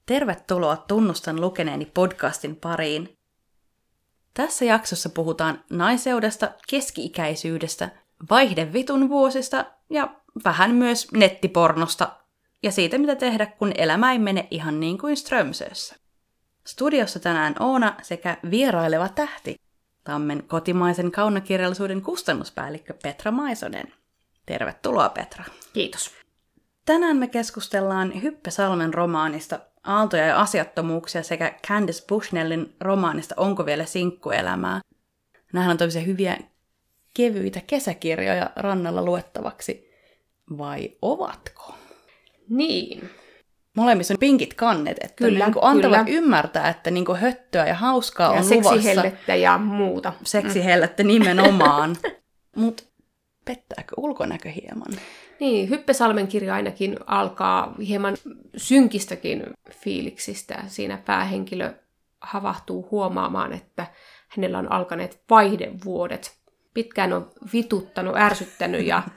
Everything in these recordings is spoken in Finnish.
Tervetuloa Tunnustan lukeneeni podcastin pariin. Tässä jaksossa puhutaan naiseudesta, keski-ikäisyydestä, vaihdevitun vuosista ja vähän myös nettipornosta ja siitä, mitä tehdä, kun elämä ei mene ihan niin kuin Strömsössä. Studiossa tänään Oona sekä vieraileva tähti, Tammen kotimaisen kaunokirjallisuuden kustannuspäällikkö Petra Maisonen. Tervetuloa, Petra. Kiitos. Tänään me keskustellaan Hyppe Salmen romaanista Aaltoja ja asiattomuuksia sekä Candace Bushnellin romaanista Onko vielä sinkkuelämää. Nämähän on tämmöisiä hyviä kevyitä kesäkirjoja rannalla luettavaksi. Vai ovatko? Niin. Molemmissa on pinkit kannet, että kyllä, antavat ymmärtää, että höttöä ja hauskaa ja on luvassa. Ja seksihellettä ja muuta. Seksihellettä nimenomaan. Mutta pettääkö ulkonäkö hieman? Niin, Hyppe Salmen kirja ainakin alkaa hieman synkistäkin fiiliksistä. Siinä päähenkilö havahtuu huomaamaan, että hänellä on alkaneet vaihdevuodet. Pitkään on vituttanut, ärsyttänyt ja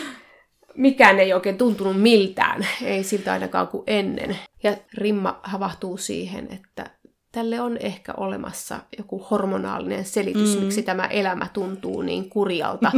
mikään ei oikein tuntunut miltään. Ei siltä ainakaan kuin ennen. Ja Rimma havahtuu siihen, että tälle on ehkä olemassa joku hormonaalinen selitys, miksi tämä elämä tuntuu niin kurjalta.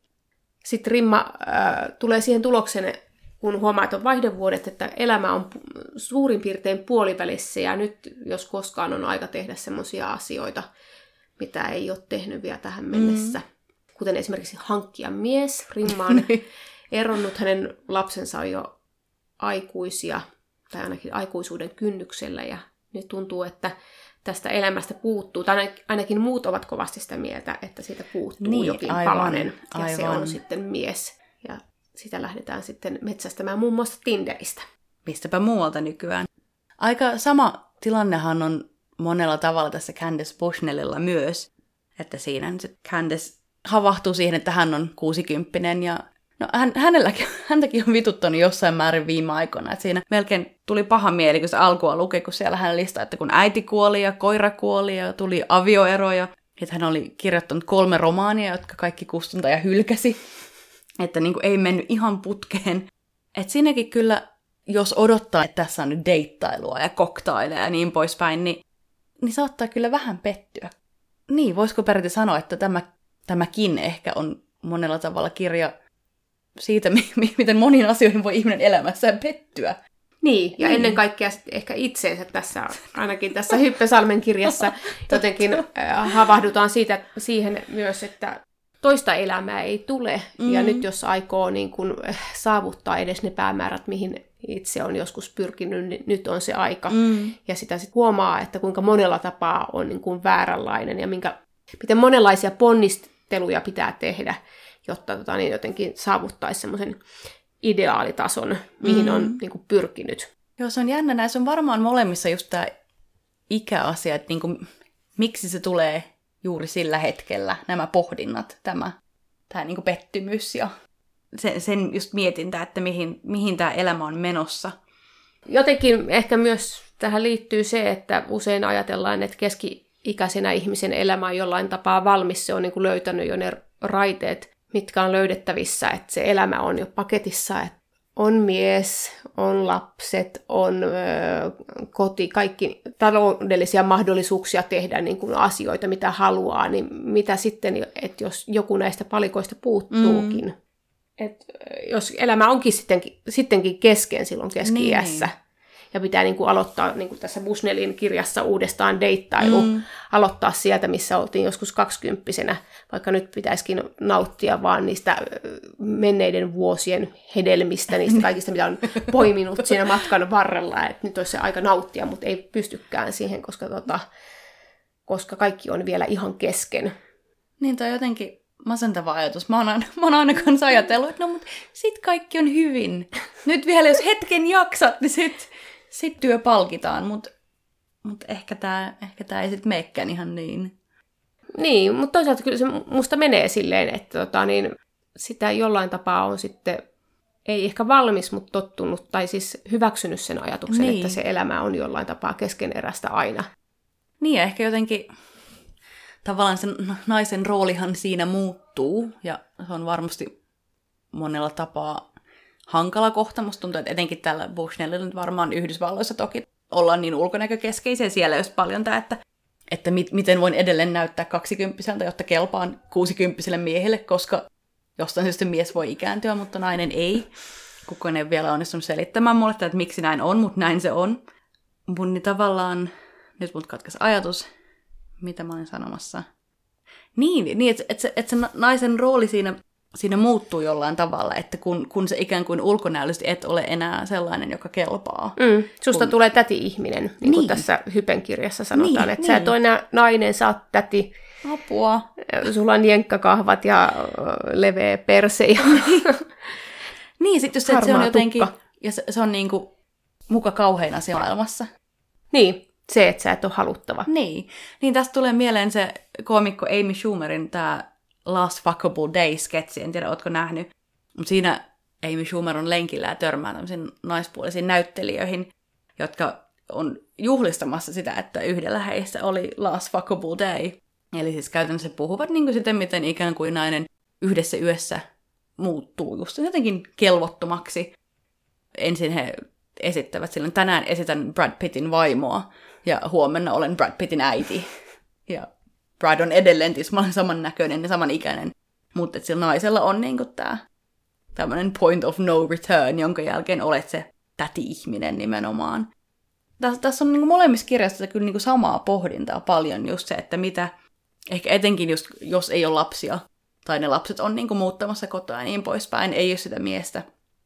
Sitten Rimma tulee siihen tulokseen, kun huomaa, että on vaihdevuodet, että elämä on suurin piirtein puolivälissä ja nyt, jos koskaan, on aika tehdä semmoisia asioita, mitä ei ole tehnyt vielä tähän mennessä. Kuten esimerkiksi hankkia mies. Rimma on eronnut, hänen lapsensa on jo aikuisia, tai ainakin aikuisuuden kynnyksellä, ja nyt tuntuu, että tästä elämästä puuttuu, tai ainakin muut ovat kovasti sitä mieltä, että siitä puuttuu jokin palanen, ja se on sitten mies. Ja sitä lähdetään sitten metsästämään muun muassa Tinderistä. Mistäpä muualta nykyään. Aika sama tilannehan on monella tavalla tässä Candace Bushnellilla myös, että siinä Candace havahtuu siihen, että hän on 60 ja no, häntäkin on vituttanut jossain määrin viime aikoina. Että siinä melkein tuli paha mieli, kun se alkua luki, kun siellä hän listaa, että kun äiti kuoli ja koira kuoli ja tuli avioeroja. Että hän oli kirjoittanut 3 romaania, jotka kaikki kustantaja hylkäsi. Että ei mennyt ihan putkeen. Että siinäkin kyllä, jos odottaa, että tässä on nyt deittailua ja koktaileja ja niin poispäin, niin saattaa kyllä vähän pettyä. Niin, voisiko peräti sanoa, että tämäkin ehkä on monella tavalla kirja siitä, miten moniin asioihin voi ihminen elämässään pettyä. Niin, ja ennen kaikkea ehkä itseensä tässä, ainakin tässä Hyppe Salmen kirjassa, jotenkin havahdutaan siihen myös, että toista elämää ei tule. Ja nyt jos aikoo niin kun saavuttaa edes ne päämäärät, mihin itse on joskus pyrkinyt, niin nyt on se aika. Ja sitä sitten huomaa, että kuinka monella tapaa on niin kun vääränlainen ja miten monenlaisia ponnisteluja pitää tehdä, jotta jotenkin saavuttaisi semmoisen ideaalitason, mihin on niin kuin pyrkinyt. Joo, se on jännä. Näissä on varmaan molemmissa just tämä ikäasia, että miksi se tulee juuri sillä hetkellä, nämä pohdinnat, tämä niin kuin pettymys ja sen just mietintä, että mihin tämä elämä on menossa. Jotenkin ehkä myös tähän liittyy se, että usein ajatellaan, että keski-ikäisenä ihmisen elämä on jollain tapaa valmis, se on niin kuin löytänyt jo ne raiteet, mitkä on löydettävissä, että se elämä on jo paketissa, että on mies, on lapset, on koti, kaikki taloudellisia mahdollisuuksia tehdä niin kuin asioita, mitä haluaa, niin mitä sitten, että jos joku näistä palikoista puuttuukin. Että jos elämä onkin sittenkin kesken silloin keski-iässä, ja pitää niin kuin aloittaa, niin kuin tässä Bushnellin kirjassa uudestaan deittailu, aloittaa sieltä, missä oltiin joskus 20-vuotiaana, vaikka nyt pitäisikin nauttia vaan niistä menneiden vuosien hedelmistä, niistä kaikista, mitä on poiminut siinä matkan varrella, että nyt olisi se aika nauttia, mutta ei pystykään siihen, koska kaikki on vielä ihan kesken. Niin, toi on jotenkin masentava ajatus. Mä oon aina kanssa ajatellut, että no, mutta sit kaikki on hyvin. Nyt vielä, jos hetken jaksat, niin sit työ palkitaan, mutta ehkä tää ei sit meekään ihan niin. Niin, mutta toisaalta kyllä se musta menee silleen, että sitä jollain tapaa on sitten, ei ehkä valmis, mutta tottunut, tai siis hyväksynyt sen ajatuksen, että se elämä on jollain tapaa keskeneräistä aina. Niin, ja ehkä jotenkin tavallaan sen naisen roolihan siinä muuttuu, ja se on varmasti monella tapaa hankala kohta. Musta tuntuu, että etenkin tällä Bushnellilla nyt varmaan Yhdysvalloissa toki ollaan niin ulkonäkökeskeisiä siellä just paljon tämä, että miten voin edelleen näyttää 20-vuotiaalta, jotta kelpaan 60-vuotiaille miehille, koska jostain syystä mies voi ikääntyä, mutta nainen ei. Kukaan ei vielä onnistunut selittämään mulle, että miksi näin on, mutta näin se on. Mun niin tavallaan, nyt mut katkesi ajatus, mitä mä olin sanomassa. Niin että se naisen rooli siinä muuttuu jollain tavalla, että kun se ikään kuin ulkonäöllisesti et ole enää sellainen, joka kelpaa. Susta tulee täti-ihminen, niin kuin tässä Hypen kirjassa sanotaan, että sä et ole enää nainen, sä oot täti. Apua. Sulla on jenkkakahvat ja leveä perse ja niin, sitten just se, että se on jotenkin, ja se on niinku muka kauhein asia maailmassa. Niin, se, että sä et ole haluttava. Niin tästä tulee mieleen se koomikko Amy Schumerin tämä Last Fuckable Day-sketsi, en tiedä, ootko nähnyt. Mutta siinä Amy Schumer on lenkillä ja törmää tämmöisiin naispuolisiin näyttelijöihin, jotka on juhlistamassa sitä, että yhdellä heistä oli Last Fuckable Day. Eli siis käytännössä puhuvat niin kuin sitten, miten ikään kuin nainen yhdessä yössä muuttuu just jotenkin kelvottomaksi. Ensin he esittävät silloin, tänään esitän Brad Pittin vaimoa ja huomenna olen Brad Pittin äiti. Ja Brad on edelleen tismalleen samannäköinen ja samanikäinen, mutta sillä naisella on niinku tämmöinen point of no return, jonka jälkeen olet se täti-ihminen nimenomaan. Tässä on niinku molemmissa kirjoissa kyllä niinku samaa pohdintaa paljon just se, että mitä, ehkä etenkin just, jos ei ole lapsia, tai ne lapset on niinku muuttamassa kotoa ja niin poispäin, ei ole sitä miestä,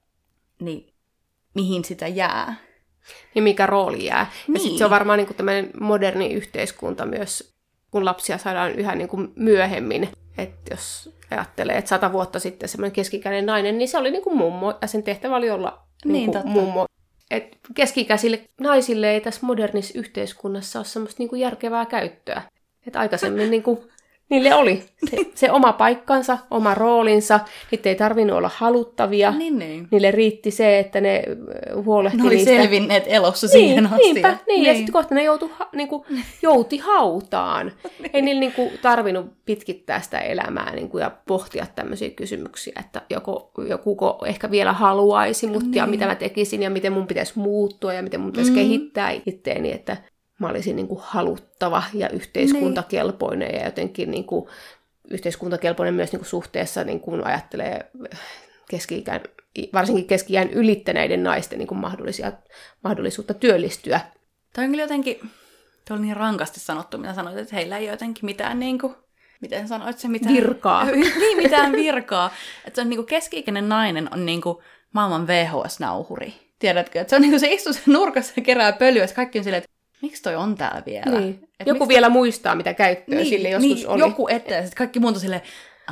niin mihin sitä jää? Ja mikä rooli jää. Niin. Ja sitten se on varmaan niinku tämmöinen moderni yhteiskunta myös, kun lapsia saadaan yhä niin kuin myöhemmin. Että jos ajattelee, että 100 vuotta sitten semmoinen keski-ikäinen nainen, niin se oli niin kuin mummo, ja sen tehtävä oli olla niin kuin mummo. Et keski-ikäisille naisille ei tässä modernissa yhteiskunnassa ole semmoista niin kuin järkevää käyttöä. Että aikaisemmin niin kuin, niille oli se oma paikkansa, oma roolinsa, niitä ei tarvinnut olla haluttavia. Niin. Niille riitti se, että ne huolehti niistä. Ne oli selvinneet elossa siihen asti. Niinpä. Ja sitten kohta ne jouti hautaan. Ei niille tarvinnut pitkittää sitä elämää ja pohtia tämmöisiä kysymyksiä, että joku ehkä vielä haluaisi, mutta ja mitä mä tekisin ja miten mun pitäisi muuttua ja miten mun pitäisi kehittää itteeni, että mä olisin haluttava ja yhteiskuntakelpoinen ja jotenkin yhteiskuntakelpoinen myös suhteessa, kun ajattelee varsinkin keski-iän ylittäneiden naisten mahdollisuutta työllistyä. Tämä on kyllä jotenkin, tuo oli niin rankasti sanottu, mitä sanoit, että heillä ei ole jotenkin mitään, miten sanoit se, mitään virkaa. Niin, mitään virkaa. Että se on keski-ikäinen nainen on maailman VHS-nauhuri. Tiedätkö, että se on se istuu sen nurkassa ja kerää pölyä, ja kaikki on silleen, että miksi toi on täällä vielä? Niin. Joku vielä muistaa, mitä käyttöä sille joskus oli. Joku eteen, sitten kaikki muut on silleen,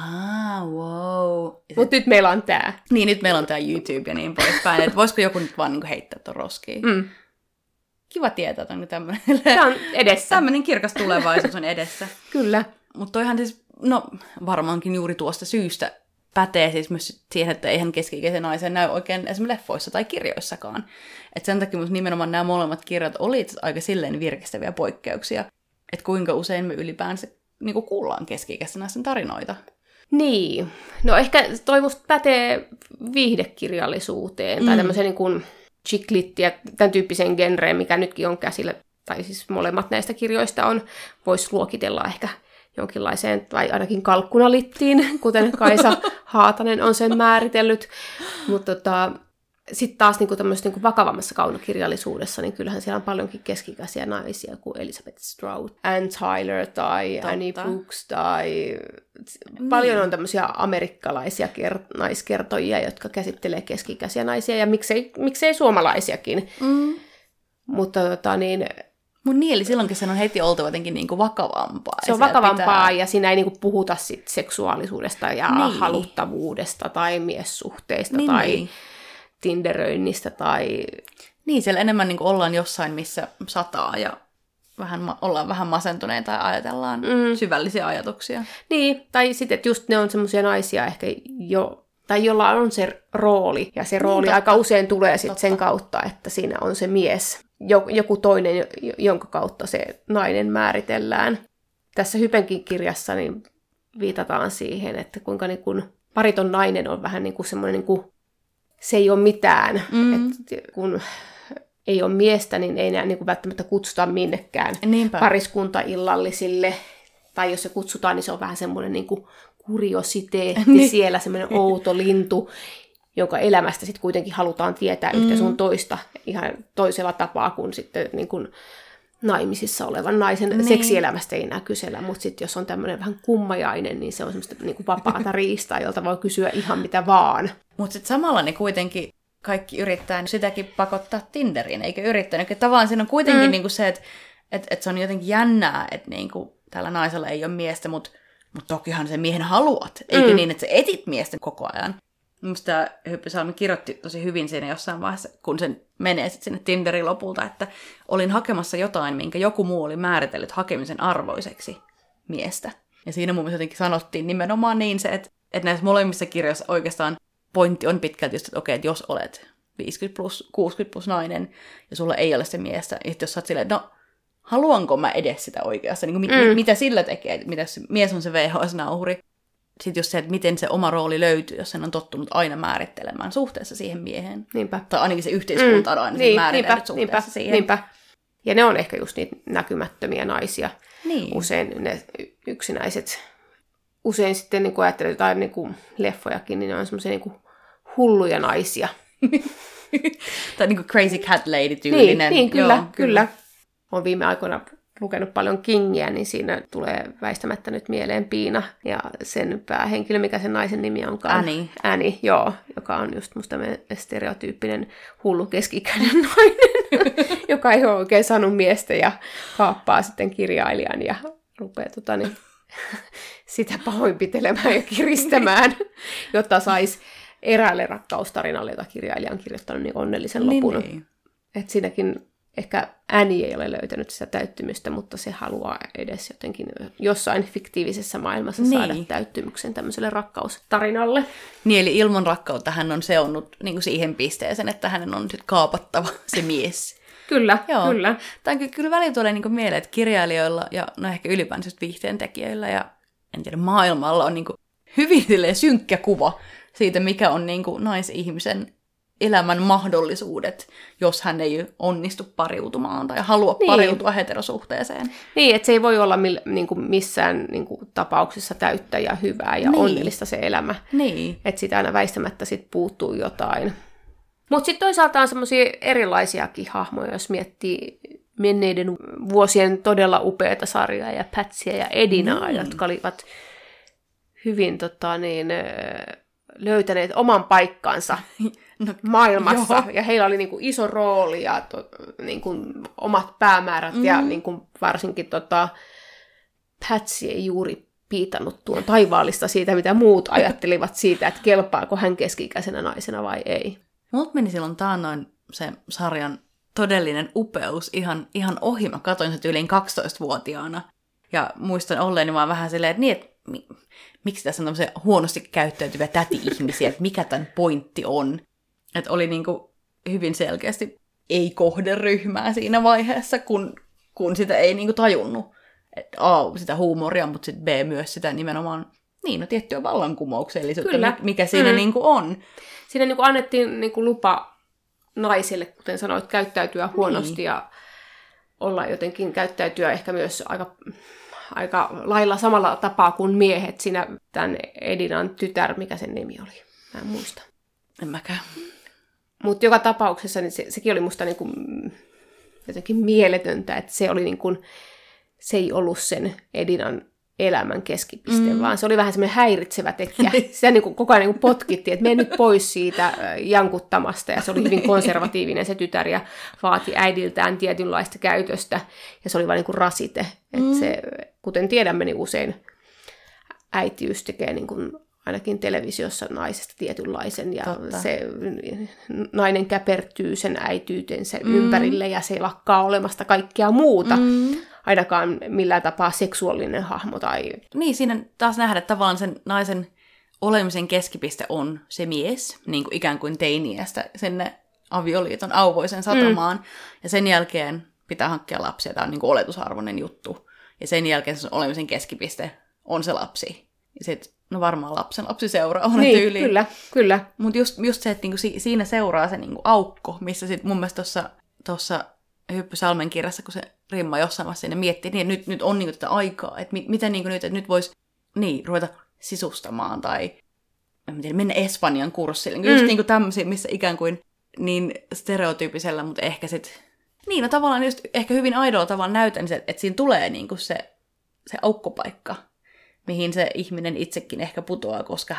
wow. Mutta nyt meillä on tää. Niin, nyt meillä on tää YouTube ja niin poispäin, että voisiko joku nyt vaan heittää ton roskiin. Kiva tietää, että onko tämmöinen. Tämä on edessä. Tämmöinen kirkas tulevaisuus on edessä. Kyllä. Mutta toihan siis, varmaankin juuri tuosta syystä pätee siis myös siihen, että eihän keski-ikäisen naisen näy oikein esimerkiksi leffoissa tai kirjoissakaan. Et sen takia nimenomaan nämä molemmat kirjat oli aika silleen virkistäviä poikkeuksia, että kuinka usein me ylipäänsä kuullaan keski-ikäisen naisen tarinoita. Niin. No ehkä toi musta pätee viihdekirjallisuuteen tai tämmöiseen chick lit ja tämän tyyppisen genreen, mikä nytkin on käsillä, tai siis molemmat näistä kirjoista voisi luokitella ehkä jonkinlaiseen, tai ainakin kalkkunalittiin, kuten Kaisa Haatanen on sen määritellyt. Mutta sitten taas tämmöisessä vakavammassa kaunokirjallisuudessa, niin kyllähän siellä on paljonkin keski-ikäisiä naisia, kuin Elizabeth Strout, Anne Tyler tai Annie Brooks, tai paljon on tämmöisiä amerikkalaisia naiskertojia, jotka käsittelee keski-ikäisiä naisia, ja miksei suomalaisiakin. Mutta mun eli silloinkin sen on heti oltava jotenkin vakavampaa. Se on vakavampaa ja siinä ei puhuta sit seksuaalisuudesta ja haluttavuudesta tai miessuhteista tai tinderöinnistä tai... Niin, siellä enemmän ollaan jossain, missä sataa ja ollaan vähän masentuneita ja ajatellaan syvällisiä ajatuksia. Niin, tai sitten, että just ne on semmoisia naisia ehkä tai jolla on se rooli, ja se rooli aika usein tulee sitten sen kautta, että siinä on se mies, joku toinen, jonka kautta se nainen määritellään. Tässä Hypenkin kirjassa niin viitataan siihen, että kuinka pariton nainen on vähän semmoinen, se ei ole mitään. Että kun ei ole miestä, niin ei enää niin kuin välttämättä kutsuta minnekään pariskuntaillallisille. Tai jos se kutsutaan, niin se on vähän semmoinen niin kuin kuriositeetti siellä, semmoinen outo lintu, jonka elämästä sitten kuitenkin halutaan tietää yhtä sun toista ihan toisella tapaa kuin sitten niin kuin naimisissa olevan naisen seksielämästä ei enää kysellä, mutta sitten jos on tämmöinen vähän kummajainen, niin se on semmoista niin kuin vapaata riistaa, jolta voi kysyä ihan mitä vaan. Mutta sitten samalla ne kuitenkin kaikki yrittää sitäkin pakottaa Tinderiin, eikö yrittänyt? Tavallaan siinä on kuitenkin niinku se, että se on jotenkin jännää, että niinku tällä naisella ei ole miestä, mutta tokihan se miehen haluat. Eikä niin, että sä etit miestä koko ajan. Minusta tämä Hyppy Salmi kirjoitti tosi hyvin siinä jossain vaiheessa, kun sen menee sitten sinne Tinderiin lopulta, että olin hakemassa jotain, minkä joku muu oli määritellyt hakemisen arvoiseksi miestä. Ja siinä mun mielestä jotenkin sanottiin nimenomaan niin se, että näissä molemmissa kirjoissa oikeastaan pointti on pitkälti just, että okei, että jos olet 50 plus, 60 plus nainen ja sulla ei ole se miestä, ja jos sä oot silleen, no haluanko mä edes sitä oikeassa, niin mitä sillä tekee, mitä se mies on se VHS-nauhuri. Sitten just se, että miten se oma rooli löytyy, jos sen on tottunut aina määrittelemään suhteessa siihen mieheen. Niinpä. Tai ainakin se yhteiskunta on aina määritellyt suhteessa siihen. Niinpä. Ja ne on ehkä just niitä näkymättömiä naisia. Niin. Usein ne yksinäiset. Usein sitten niin ajattelee jotain niin leffojakin, niin ne on semmoisia niin hulluja naisia. Tai niin kuin Crazy Cat Lady-tyylinen. Niin, kyllä. Olen viime aikoina lukenut paljon Kingiä, niin siinä tulee väistämättä nyt mieleen Piina ja sen päähenkilö, mikä sen naisen nimi onkaan. Annie, joo, joka on just musta stereotyyppinen hullu keski-ikäinen nainen, joka ei ole oikein saanut miestä ja kaappaa sitten kirjailijan ja rupeaa sitä pahoinpitelemään ja kiristämään, jotta saisi eräälle rakkaustarinalle, jota kirjailija on kirjoittanut, niin onnellisen lopun. Niin. Että siinäkin ehkä Annie ei ole löytänyt sitä täyttymystä, mutta se haluaa edes jotenkin jossain fiktiivisessä maailmassa saada täyttymyksen tämmöiselle rakkaustarinalle. Niin, eli ilman rakkautta hän on seonnut niin kuin siihen pisteeseen, että hänen on nyt kaapattava se mies. Kyllä, kyllä. Tämä on kyllä välillä tulee niin mieleen, että kirjailijoilla ja no ehkä ylipäänsä viihteen tekijöillä ja en tiedä maailmalla on niin kuin hyvin synkkä kuva siitä, mikä on niin kuin naisihmisen elämän mahdollisuudet, jos hän ei onnistu pariutumaan tai halua pariutua heterosuhteeseen. Niin, että se ei voi olla missään tapauksessa täyttä ja hyvää ja onnellista se elämä. Niin. Että siitä aina väistämättä sit puuttuu jotain. Mutta sitten toisaalta on semmoisia erilaisiakin hahmoja, jos miettii menneiden vuosien todella upeata sarjaa ja Patsyä ja Edinaa, jotka olivat hyvin löytäneet oman paikkansa maailmassa. Joo. Ja heillä oli iso rooli ja omat päämäärät ja varsinkin Patsy ei juuri piitannut tuon taivaallista siitä, mitä muut ajattelivat siitä, että kelpaako hän keski-ikäisenä naisena vai ei. Mut meni silloin taannoin se sarjan todellinen upeus ihan ohi. Mä katsoin se tyyliin 12-vuotiaana. Ja muistan olleeni vaan vähän silleen, että miksi tässä on tämmöisiä huonosti käyttäytyviä täti-ihmisiä, että mikä tämän pointti on. Että oli hyvin selkeästi ei-kohderyhmää siinä vaiheessa, kun sitä ei tajunnut. Että sitä huumoria, mutta sitten B myös sitä nimenomaan tiettyä vallankumouksellisuutta, kyllä. Mikä siinä on. Siinä annettiin lupa naiselle, kuten sanoit, käyttäytyä huonosti ja olla jotenkin käyttäytyä ehkä myös aika lailla samalla tapaa kuin miehet. Siinä tämän Edinan tytär, mikä sen nimi oli? Mä en muista. En mäkään. Mutta joka tapauksessa niin sekin oli musta jotenkin mieletöntä, että se oli se ei ollut sen Edinan elämän keskipiste, vaan se oli vähän semmoinen häiritsevä tekijä. Sitä koko ajan potkittiin, että mene nyt pois siitä jankuttamasta, ja se oli hyvin konservatiivinen se tytär, ja vaati äidiltään tietynlaista käytöstä, ja se oli vain rasite. Että se, kuten tiedämme, niin usein äitiys tekee ainakin televisiossa naisesta tietynlaisen, ja se nainen käpertyy sen äityytensä ympärille, ja se lakkaa olemasta kaikkea muuta. Ainakaan millään tapaa seksuaalinen hahmo. Tai... Niin, siinä taas nähdään, että tavallaan sen naisen olemisen keskipiste on se mies, ikään kuin teiniästä sinne avioliiton auvoisen satamaan. Ja sen jälkeen pitää hankkia lapsia. Tämä on oletusarvoinen juttu. Ja sen jälkeen sen olemisen keskipiste on se lapsi. Ja sitten, varmaan lapsi seuraa tyyliin. Kyllä. Mutta just se, että siinä seuraa se aukko, missä sitten mun mielestä tuossa tuossa Hyppy Salmen kirjassa, kun se Rimma jossain vaiheessa siinä miettii, niin nyt on niin kuin tätä aikaa, että miten niin kuin nyt, että nyt voisi ruveta sisustamaan tai mennä Espanjan kurssille. Just niin kuin tämmöisiä, missä ikään kuin niin stereotyypisellä, mutta ehkä sitten niin, no tavallaan just ehkä hyvin aidolla tavalla näytän, että siinä tulee niin kuin se aukkopaikka, mihin se ihminen itsekin ehkä putoaa, koska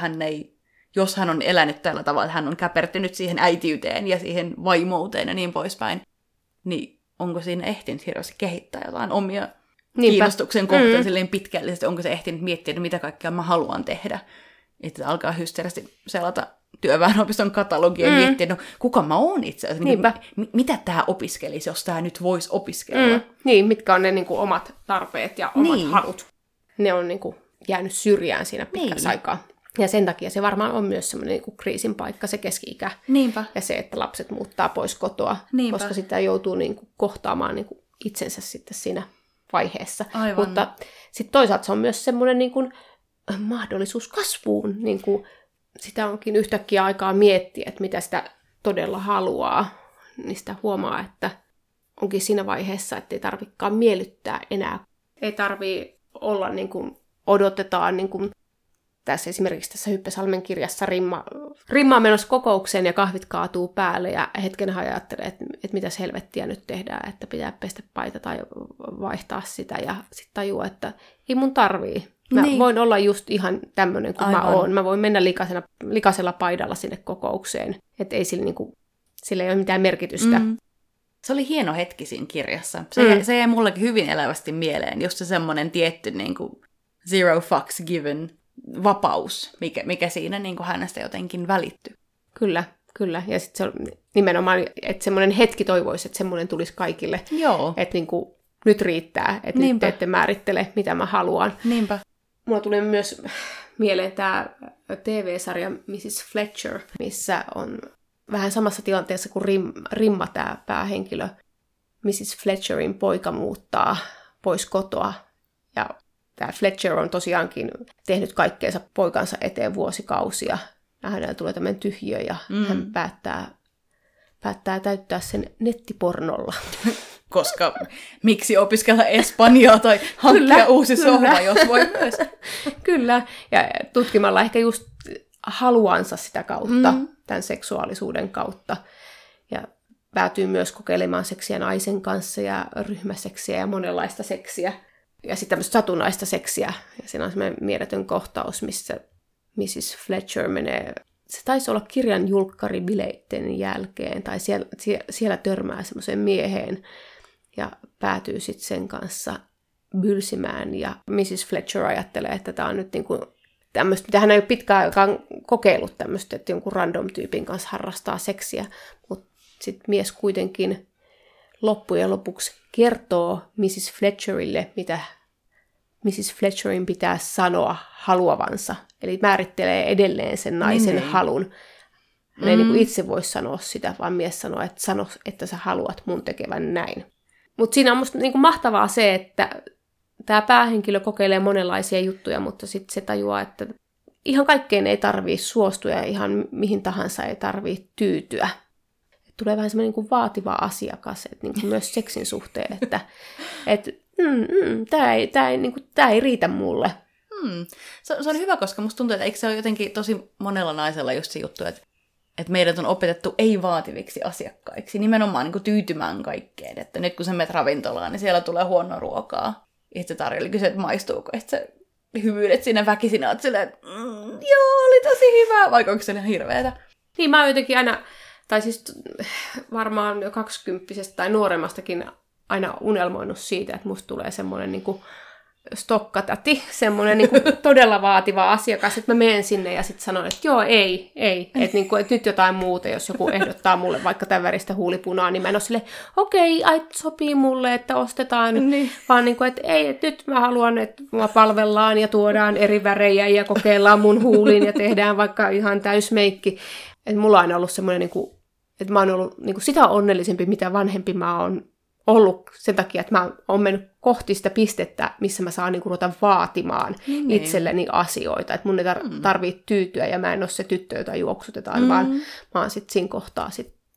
jos hän on elänyt tällä tavalla, että hän on käpertynyt siihen äitiyteen ja siihen vaimouteen ja niin poispäin, niin onko siinä ehtinyt hirveästi kehittää jotain omia kiinnostuksen kohteen silleen pitkällisesti, onko se ehtinyt miettiä, että mitä kaikkea mä haluan tehdä. Että alkaa hysteerisesti selata työväenopiston katalogia ja miettiä, no kuka mä oon itse asiassa, mitä tää opiskelisi, jos tää nyt voisi opiskella. Niin, mitkä on ne niin kuin omat tarpeet ja omat halut. Ne on niin kuin jäänyt syrjään siinä pitkäksi aikaa. Ja sen takia se varmaan on myös semmoinen niin kuin kriisin paikka, se keski-ikä. Niinpä. Ja se, että lapset muuttaa pois kotoa, koska sitä joutuu niin kuin kohtaamaan niin kuin itsensä sitten siinä vaiheessa. Aivan. Mutta sitten toisaalta se on myös semmoinen niin kuin mahdollisuus kasvuun. Niin kuin sitä onkin yhtäkkiä aikaa miettiä, että mitä sitä todella haluaa. Niin sitä huomaa, että onkin siinä vaiheessa, että ei tarvitsekaan miellyttää enää. Ei tarvitse olla niin kuin odotetaan niin kuin tässä esimerkiksi tässä Hyppy Salmen kirjassa Rimma on menossa kokoukseen ja kahvit kaatuu päälle ja hetken ajattelee, että mitäs helvettiä nyt tehdään, että pitää pestä paita tai vaihtaa sitä ja sitten tajua, että ei mun tarvii. Mä voin olla just ihan tämmöinen kuin mä oon. Mä voin mennä likaisella paidalla sinne kokoukseen, että ei sillä ei ole mitään merkitystä. Se oli hieno hetki siinä kirjassa. Se jäi mullekin hyvin elävästi mieleen, just se semmoinen tietty niin kuin zero fucks given vapaus, mikä siinä niin kuin hänestä jotenkin välittyy. Kyllä. Ja sitten se on nimenomaan, että semmoinen hetki toivoisi, että semmoinen tulisi kaikille. Joo. Että niin kuin, nyt riittää, että nyt te ette määrittele, mitä mä haluan. Niinpä. Mulla tuli myös mieleen tämä TV-sarja Mrs. Fletcher, missä on vähän samassa tilanteessa kuin Rimma, tämä päähenkilö. Mrs. Fletcherin poika muuttaa pois kotoa ja tämä Fletcher on tosiaankin tehnyt kaikkeensa poikansa eteen vuosikausia. Ja hänellä tulee tämmöinen tyhjiö ja hän päättää täyttää sen nettipornolla. Koska miksi opiskella espanjaa tai hankkia uusi sohva, jos voi myös. Kyllä, ja tutkimalla ehkä just haluansa sitä kautta, tämän seksuaalisuuden kautta. Ja päätyy myös kokeilemaan seksiä naisen kanssa ja ryhmäseksiä ja monenlaista seksiä. Ja sitten tämmöistä satunnaista seksiä. Ja siinä on semmoinen mieletön kohtaus, missä Mrs. Fletcher menee, se taisi olla kirjan julkkaribileitten jälkeen, tai siellä törmää semmoiseen mieheen ja päätyy sitten sen kanssa bylsimään. Ja Mrs. Fletcher ajattelee, että tämä on nyt niinku tämmöistä, mitä hän ei ole pitkään aikaan kokeillut tämmöistä, että jonkun random-tyypin kanssa harrastaa seksiä, mutta sitten mies kuitenkin loppujen lopuksi kertoo Mrs. Fletcherille, mitä Mrs. Fletcherin pitää sanoa haluavansa. Eli määrittelee edelleen sen naisen halun. Hän ei niin kuin itse voi sanoa sitä, vaan mies sanoo, että sano, että sä haluat mun tekevän näin. Mutta siinä on musta niin kuin mahtavaa se, että tämä päähenkilö kokeilee monenlaisia juttuja, mutta sitten se tajuaa, että ihan kaikkeen ei tarvitse suostua ja ihan mihin tahansa ei tarvitse tyytyä. Tulee vähän semmoinen niin kuin vaativa asiakas, että niin kuin myös seksin suhteen, että tämä ei riitä mulle. Se on hyvä, koska musta tuntuu, että eikö se ole jotenkin tosi monella naisella just se juttu, että meidät on opetettu ei-vaativiksi asiakkaiksi, nimenomaan niin kuin tyytymään kaikkeen. Että nyt kun sä menet ravintolaan, niin siellä tulee huonoa ruokaa. Itse tarjolla kysyy, että maistuuko, että sä hymyilet siinä väkisin, oot silleen, että joo, oli tosi hyvä, vaikka onko se ihan hirveetä. Niin mä oon jotenkin aina, tai siis varmaan jo 20-vuotiaasta tai nuoremmastakin aina unelmoinut siitä, että musta tulee semmoinen niin kuin stokkatäti, semmoinen niin kuin todella vaativa asiakas, että mä menen sinne ja sitten sanon, että joo, ei, että, niin kuin, että nyt jotain muuta, jos joku ehdottaa mulle vaikka tämän väristä huulipunaa, niin mä en ole silleen, okei, sopii mulle, että ostetaan, vaan niin kuin, että ei, että nyt mä haluan, että mua palvellaan ja tuodaan eri värejä ja kokeillaan mun huuliin ja tehdään vaikka ihan täysmeikki. Että mulla on aina ollut semmoinen, niin kuin, että mä oon ollut niin kuin sitä onnellisempi, mitä vanhempi mä oon ollut sen takia, että mä oon mennyt kohti sitä pistettä, missä mä saan niinku ruveta vaatimaan itselleni asioita. Että mun ei tarvitse tyytyä ja mä en ole se tyttö, jota juoksutetaan, vaan mä oon sitten siinä kohtaa sit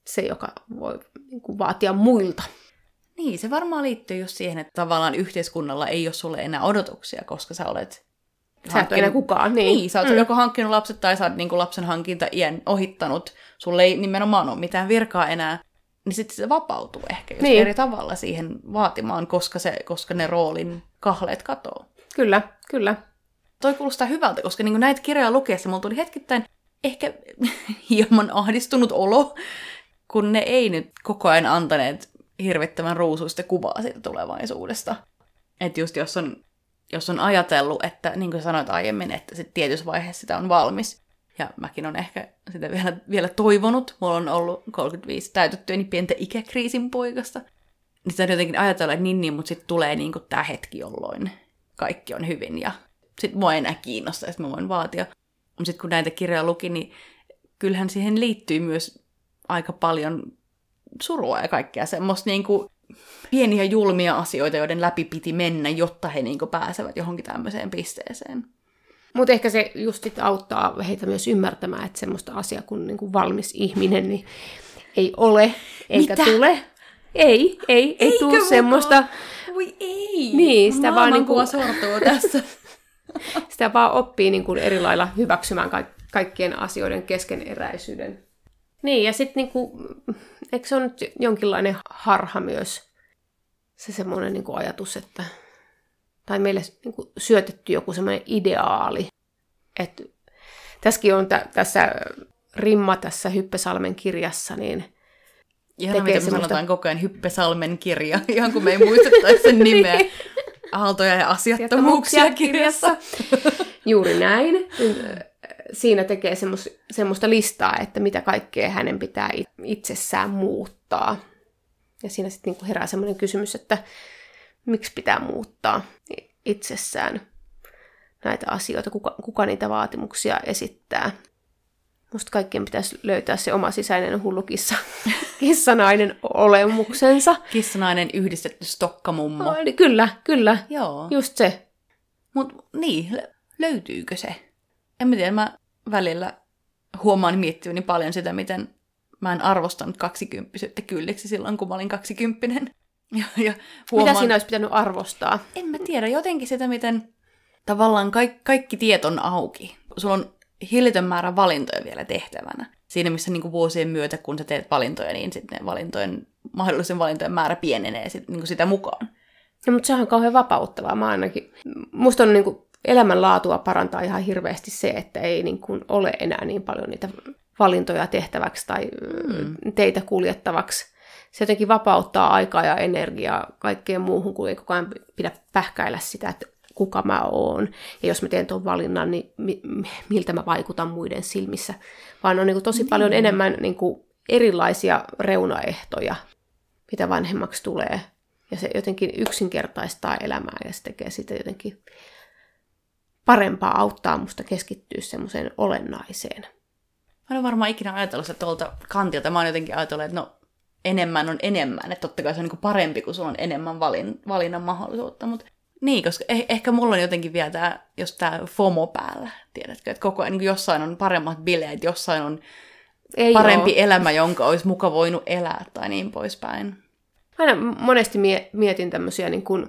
se, joka voi niin kuin vaatia muilta. Niin, se varmaan liittyy just siihen, että tavallaan yhteiskunnalla ei ole sulle enää odotuksia, koska sä olet... Sä et ole enää kukaan, niin. Niin, sä oot joko hankkinut lapset tai sä oot niin kuin lapsen hankinta iän ohittanut. Sulle ei nimenomaan ole mitään virkaa enää. Niin sitten se vapautuu ehkä just eri tavalla siihen vaatimaan, koska ne roolin kahleet katoo. Kyllä, kyllä. Toi kuulostaa hyvältä, koska niin näitä kirjoja lukiessa mulla tuli hetkittäin ehkä hieman ahdistunut olo, kun ne ei nyt koko ajan antaneet hirvittävän ruusuista kuvaa siitä tulevaisuudesta. Että just jos on ajatellut, että niin kuin sanoit aiemmin, että sit tietyssä vaiheessa sitä on valmis. Ja mäkin on ehkä sitä vielä toivonut. Mulla on ollut 35 täytettyäni pientä ikäkriisin poikasta. Niin sitä on jotenkin ajatellut, että niin, mutta sitten tulee niin kuin tämä hetki, jolloin kaikki on hyvin. Ja sitten mua ei enää kiinnosta, että mä voin vaatia. Mutta sitten kun näitä kirjoja luki, niin kyllähän siihen liittyy myös aika paljon surua ja kaikkea semmoista niin kuin pieniä julmia asioita, joiden läpi piti mennä, jotta he niin kuin pääsevät johonkin tämmöiseen pisteeseen. Mutta ehkä se just auttaa heitä myös ymmärtämään, että semmoista asiaa kuin niinku valmis ihminen niin ei ole, eikä tule. Ei tule semmoista. Voi ei! Niin, sitä vaan niinku sortuu tässä. Sitä vaan oppii niinku eri lailla hyväksymään kaikkien asioiden keskeneräisyyden. Niin, ja sitten niinku, eikö se ole nyt jonkinlainen harha myös se semmoinen niinku ajatus, että tai meille niinku syötetty joku semmoinen ideaali. Että tässäkin on tässä Rimma tässä Hyppesalmen kirjassa, niin ihan miten me sanotaan koko ajan Hyppesalmen kirja, ihan kun me ei muistettaisi sen nimeä. Aaltoja ja asiattomuuksia kirjassa. Juuri näin. Siinä tekee semmoista listaa, että mitä kaikkea hänen pitää itsessään muuttaa. Ja siinä sitten niinku herää semmoinen kysymys, että miksi pitää muuttaa itsessään näitä asioita, kuka niitä vaatimuksia esittää. Musta kaikkien pitäisi löytää se oma sisäinen hullu kissanainen olemuksensa. Kissanainen yhdistetty stokkamummo. No, kyllä. Joo. Just se. Mut niin, löytyykö se? En mä tiedä, mä välillä huomaan miettiväni paljon sitä, miten mä en arvostanut 20-kymppisyyttä kylliksi silloin, kun mä olin 20. Ja mitä siinä olisi pitänyt arvostaa? En mä tiedä, jotenkin sitä, miten tavallaan kaikki tiet on auki. Sulla on hillitön määrä valintoja vielä tehtävänä. Siinä, missä niin kuin vuosien myötä, kun sä teet valintoja, niin sitten ne mahdollisen valintojen määrä pienenee niin kuin sitä mukaan. No, mutta sehän on kauhean vapauttavaa. Musta on niin kuin elämänlaatua parantaa ihan hirveästi se, että ei niin kuin ole enää niin paljon niitä valintoja tehtäväksi tai teitä kuljettavaksi. Se jotenkin vapauttaa aikaa ja energiaa kaikkeen muuhun, kun ei koko ajan pidä pähkäillä sitä, että kuka mä oon. Ja jos mä teen tuon valinnan, niin miltä mä vaikutan muiden silmissä. Vaan on niin kuin tosi paljon enemmän niin kuin erilaisia reunaehtoja, mitä vanhemmaksi tulee. Ja se jotenkin yksinkertaistaa elämää ja se tekee sitä jotenkin parempaa, auttaa musta keskittyä semmoiseen olennaiseen. Mä en ole varmaan ikinä ajatellut sitä tuolta kantilta. Mä oon jotenkin ajatellut, että enemmän on enemmän. Että totta kai se on niin kuin parempi, kun sulla on enemmän valinnan mahdollisuutta. Mutta niin, koska ehkä mulla on jotenkin vielä tämä FOMO päällä. Tiedätkö, että koko ajan niin jossain on paremmat bileet, jossain on parempi elämä, jonka olisi muka voinut elää tai niin poispäin. Aina monesti mietin tämmöisiä niin kuin,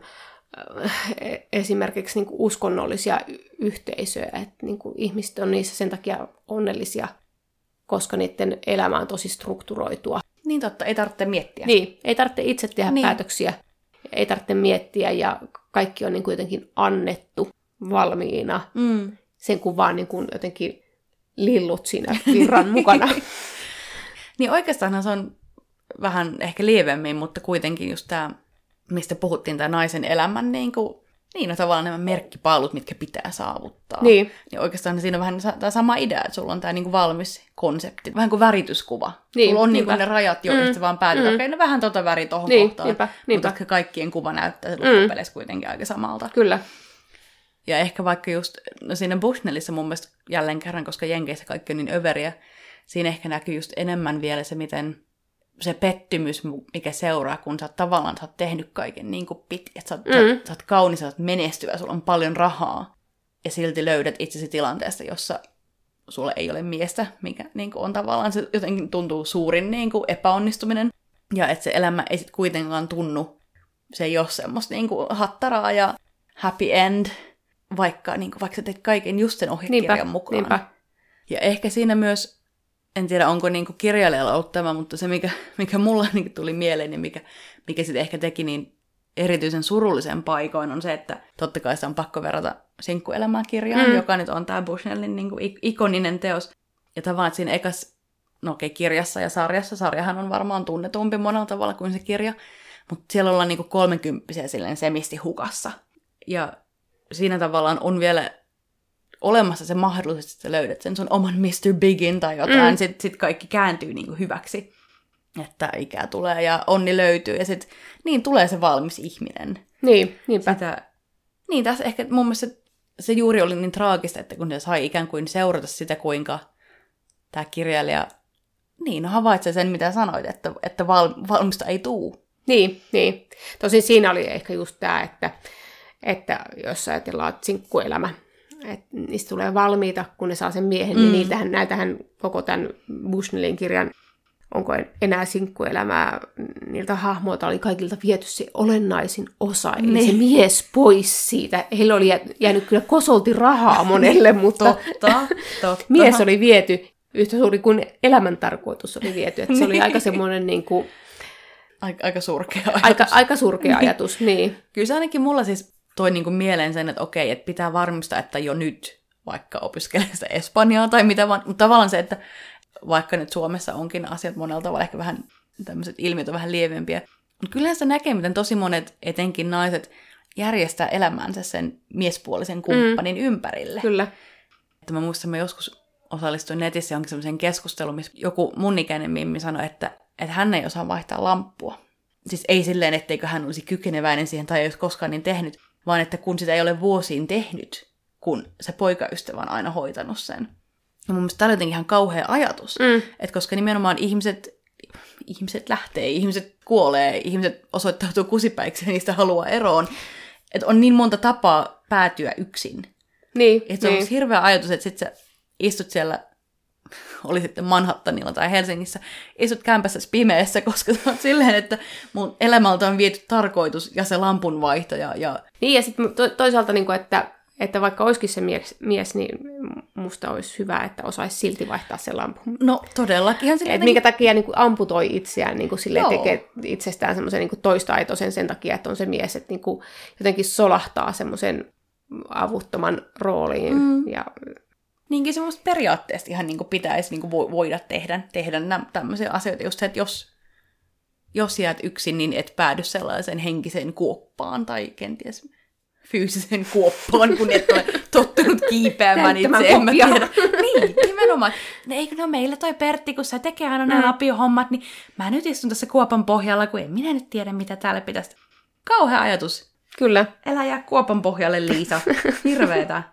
esimerkiksi niin kuin uskonnollisia yhteisöjä, että niin kuin ihmiset on niissä sen takia onnellisia, koska niiden elämä on tosi strukturoitua. Niin totta, ei tarvitse miettiä. Niin, ei tarvitse itse tehdä päätöksiä, ei tarvitse miettiä ja kaikki on niin kuin jotenkin annettu valmiina. Sen kun vaan niin kuin jotenkin lillut siinä virran mukana. Niin oikeastaan se on vähän ehkä lievemmin, mutta kuitenkin just tämä, mistä puhuttiin, tämä naisen elämän niin on tavallaan nämä merkkipaalut, mitkä pitää saavuttaa. Niin oikeastaan siinä on vähän tämä sama idea, että sulla on tämä niin kuin valmis konsepti, vähän kuin värityskuva. Niin, sulla on niin kuin ne rajat jo, että vaan päätyy, okei, vähän tota väri tohon kohtaan. Niinpä. Mutta kaikkien kuva näyttää se loppupeleissä kuitenkin aika samalta. Kyllä. Ja ehkä vaikka just siinä Bushnellissa mun mielestä jälleen kerran, koska Jenkeissä kaikki on niin överiä, siinä ehkä näkyy just enemmän vielä se, miten se pettymys, mikä seuraa, kun sä oot tehnyt kaiken niin kuin että sä oot kaunis, sä oot menestyvä, sulla on paljon rahaa, ja silti löydät itsesi tilanteesta, jossa sulle ei ole miestä, mikä niin kuin on tavallaan se jotenkin tuntuu suurin niin kuin epäonnistuminen. Ja että se elämä ei sitten kuitenkaan tunnu, se ei ole semmoista niin kuin hattaraa ja happy end, vaikka sä teet kaiken just sen ohjekirjan mukaan. Niinpä. Ja ehkä siinä myös, en tiedä onko niin kuin kirjailijalla ollut tämä, mutta se mikä mulla niin kuin tuli mieleen, niin mikä sitten ehkä teki niin erityisen surullisen paikoin, on se, että totta kai se on pakko verrata Sinkkuelämää kirjaan, joka nyt on tämä Bushnellin niin kuin ikoninen teos. Ja tavallaan, että siinä kirjassa ja sarjahan on varmaan tunnetumpi monella tavalla kuin se kirja, mutta siellä ollaan niin kuin 30 silleen semisti hukassa. Ja siinä tavallaan on vielä olemassa se mahdollisuus, että sä löydät sen sun oman Mr. Bigin tai jotain, sit kaikki kääntyy niin kuin hyväksi. Että ikää tulee ja onni löytyy ja sitten niin tulee se valmis ihminen. Niin, niinpä. Niin tässä ehkä mun mielestä se juuri oli niin traagista, että kun se sai ikään kuin seurata sitä, kuinka tämä kirjailija havaitsee sen, mitä sanoit, että valmista ei tuu. Niin. Tosin siinä oli ehkä just tämä, että jos ajatellaan Sinkkuelämä, että niistä tulee valmiita, kun ne saa sen miehen, niin näitähän koko tämän Bushnellin kirjan, onko enää sinkkuelämää, niiltä hahmoilta oli kaikilta viety se olennaisin osa, eli se mies pois siitä. Heillä oli jäänyt kyllä kosolti rahaa monelle, mutta totta. mies oli viety yhtä suuri kuin elämäntarkoitus oli viety. Että se oli aika semmoinen niin kuin aika surkea ajatus. Aika surkea ajatus, niin. Kyllä se ainakin mulla siis toi niin kuin mieleen sen, että okei, että pitää varmistaa, että jo nyt vaikka opiskelee sitä Espanjaa tai mitä vaan, mutta tavallaan se, että vaikka nyt Suomessa onkin asiat monella tavalla ehkä vähän, tämmöiset ilmiöt on vähän lievempiä, mutta kyllähän se näkee, miten tosi monet, etenkin naiset, järjestää elämänsä sen miespuolisen kumppanin ympärille. Kyllä. Että mä muistan, mä joskus osallistuin netissä johonkin semmoiseen keskusteluun, missä joku mun ikäinen mimmi sanoi, että hän ei osaa vaihtaa lamppua. Siis ei silleen, etteikö hän olisi kykeneväinen siihen tai ei olisi koskaan niin tehnyt, vaan että kun sitä ei ole vuosiin tehnyt, kun se poikaystävä on aina hoitanut sen. Ja mun mielestä tämä on jotenkin ihan kauhea ajatus, että koska nimenomaan ihmiset lähtee, ihmiset kuolee, ihmiset osoittautuu kusipäiksi ja niistä haluaa eroon, että on niin monta tapaa päätyä yksin. Niin, että se on hirveä ajatus, että sit sä istut siellä, oli sitten Manhattanilla tai Helsingissä, istut kämpässä pimeässä, koska sä oot silleen, että mun elämältä on viety tarkoitus ja se lampunvaihto. Niin, ja sitten toisaalta, niin kuin, että vaikka olisikin se mies, niin musta olisi hyvä, että osaisi silti vaihtaa sen lampun. No todellakin. Että minkä takia niin kuin amputoi itseään, niin kuin silleen tekee itsestään semmoisen niin kuin toistaitoisen sen takia, että on se mies, että niin kuin jotenkin solahtaa semmoisen avuttoman rooliin. Ja niinkin semmoista periaatteesta ihan niin kuin pitäisi niin kuin voida tehdä tämmöisiä asioita. Just se, että jos jäät yksin, niin et päädy sellaiseen henkiseen kuoppaan tai kenties fyysisen kuoppaan, kun et ole tottunut kiipeämään itse, en mä tiedä. Niin, nimenomaan. Eikö no meillä toi Pertti, kun sä tekee aina nämä lapiohommat, niin mä nyt istun tässä kuopan pohjalla, kun en minä nyt tiedä, mitä täällä pitäisi. Kauhea ajatus. Kyllä. Älä jää kuopan pohjalle, Liisa. Hirveetä.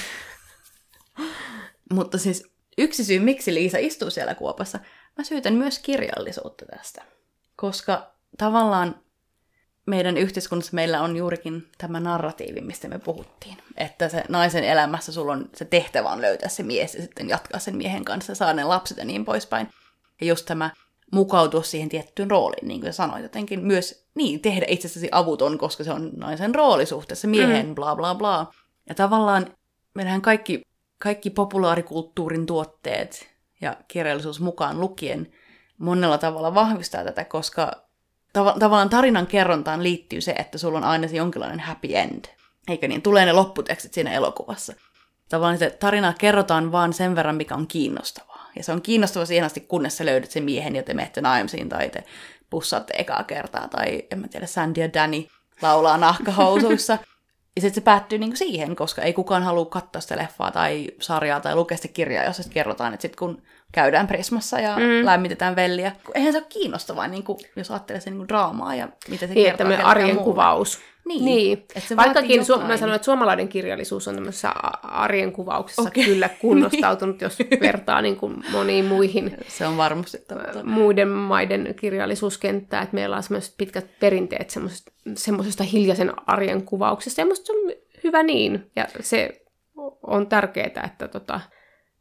Mutta siis yksi syy, miksi Liisa istuu siellä kuopassa, mä syytän myös kirjallisuutta tästä. Koska tavallaan meidän yhteiskunnassa meillä on juurikin tämä narratiivi, mistä me puhuttiin. Että se naisen elämässä sulla on se tehtävä on löytää se mies ja sitten jatkaa sen miehen kanssa, saada ne lapset ja niin poispäin. Ja just tämä mukautua siihen tiettyyn rooliin, niin kuin sanoit, jotenkin myös tehdä itsestäsi avuton, koska se on naisen rooli suhteessa miehen, bla bla bla. Ja tavallaan meillähän kaikki populaarikulttuurin tuotteet ja kirjallisuus mukaan lukien monella tavalla vahvistaa tätä, koska tavallaan tarinan kerrontaan liittyy se, että sulla on aina se jonkinlainen happy end. Eikä niin, tulee ne lopputekstit siinä elokuvassa. Tavallaan se tarinaa kerrotaan vaan sen verran, mikä on kiinnostavaa. Ja se on kiinnostavaa siihen asti, kunnes sä löydät sen miehen ja te menette naimisiin tai te pussaatte ekaa kertaa. Tai en mä tiedä, Sandy ja Danny laulaa nahkahousuissa. Ja sitten se päättyy niinku siihen, koska ei kukaan halua katsoa sitä leffaa tai sarjaa tai lukea sitä kirjaa, jos kerrotaan, että sitten kun käydään Prismassa ja lämmitetään velliä. Eihän se ole kiinnostavaa, niinku, jos ajattelee sen niinku draamaa ja mitä se kertoo. Että arjen kuvaus. Niin. Vaikkakin mä sanoin, että suomalainen kirjallisuus on tämmöisessä arjen kuvauksessa kyllä kunnostautunut, jos vertaa niin kuin moniin muihin se on varmasti muiden maiden kirjallisuuskenttää, että meillä on semmoiset pitkät perinteet semmoisesta hiljaisen arjen kuvauksesta, ja musta se on hyvä niin, ja se on tärkeää, että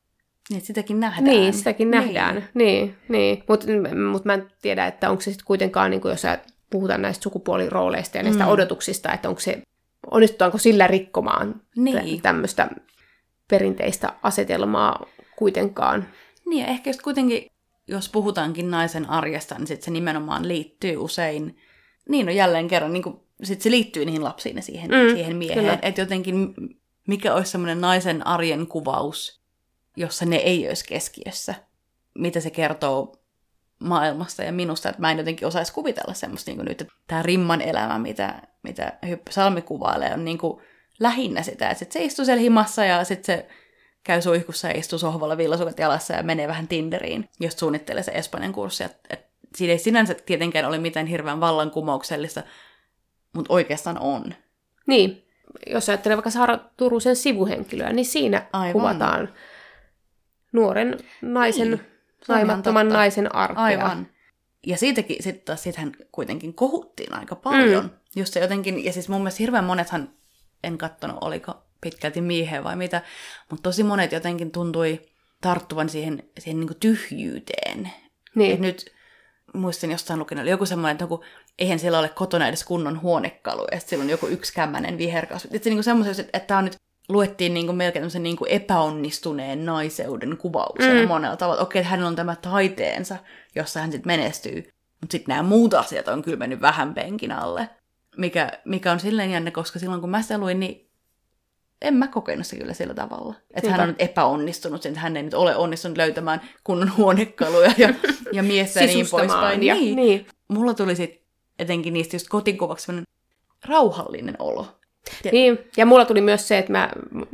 Niin, sitäkin nähdään. Niin, sitäkin nähdään. Niin. Mutta mä en tiedä, että onko se sitten kuitenkaan, niin jos puhutaan näistä sukupuolirooleista ja näistä odotuksista, että onnistutaanko sillä rikkomaan tämmöistä perinteistä asetelmaa kuitenkaan. Niin, ja ehkä just kuitenkin, jos puhutaankin naisen arjesta, niin sit se nimenomaan liittyy usein, niin no jälleen kerran, niin sit se liittyy niihin lapsiin ja siihen mieheen. Että jotenkin, mikä olisi semmoinen naisen arjen kuvaus, jossa ne ei olisi keskiössä, mitä se kertoo maailmasta ja minusta, että mä en jotenkin osaisi kuvitella semmoista niin kuin nyt, että tämä rimman elämä, mitä Hyppy Salmi kuvailee, on niin kuin lähinnä sitä, että sit se istuu siellä himassa ja sitten se käy suihkussa ja istuu sohvalla villasukat jalassa ja menee vähän Tinderiin, jos suunnittelee se Espanjan kurssi. Siinä ei sinänsä tietenkään ole mitään hirveän vallankumouksellista, mutta oikeastaan on. Niin, jos ajattelee vaikka Saara Turusen sivuhenkilöä, niin siinä kuvataan nuoren naisen, naimattoman naisen arkea. Aivan. Ja siitähän kuitenkin kohuttiin aika paljon. Just se jotenkin, ja siis mun mielestä hirveän monethan, en katsonut oliko pitkälti miehiä vai mitä, mutta tosi monet jotenkin tuntui tarttuvan siihen niin kuin tyhjyyteen. Niin. Et nyt muistin jostain lukenut, oli joku semmoinen, että eihän siellä ole kotona edes kunnon huonekalu, ja sitten siellä on joku yksikämmäinen viherkasvi. Että se niin semmoisen, että tämä on nyt, luettiin niin kuin melkein tämmöisen niin kuin epäonnistuneen naiseuden kuvauksen monella tavalla. Okei, että hänellä on tämä taiteensa, jossa hän sitten menestyy, mutta sitten nämä muut asiat on kyllä mennyt vähän penkin alle. Mikä on silleen jännä, koska silloin kun mä sitä luin, niin en mä kokenut se kyllä sillä tavalla. Että hän on nyt epäonnistunut, että hän ei nyt ole onnistunut löytämään kunnon huonekaluja ja miestä ja niin poispäin. Niin. Mulla tuli sitten etenkin niistä just kotikuvaksi sellainen rauhallinen olo. Niin, ja mulla tuli myös se, että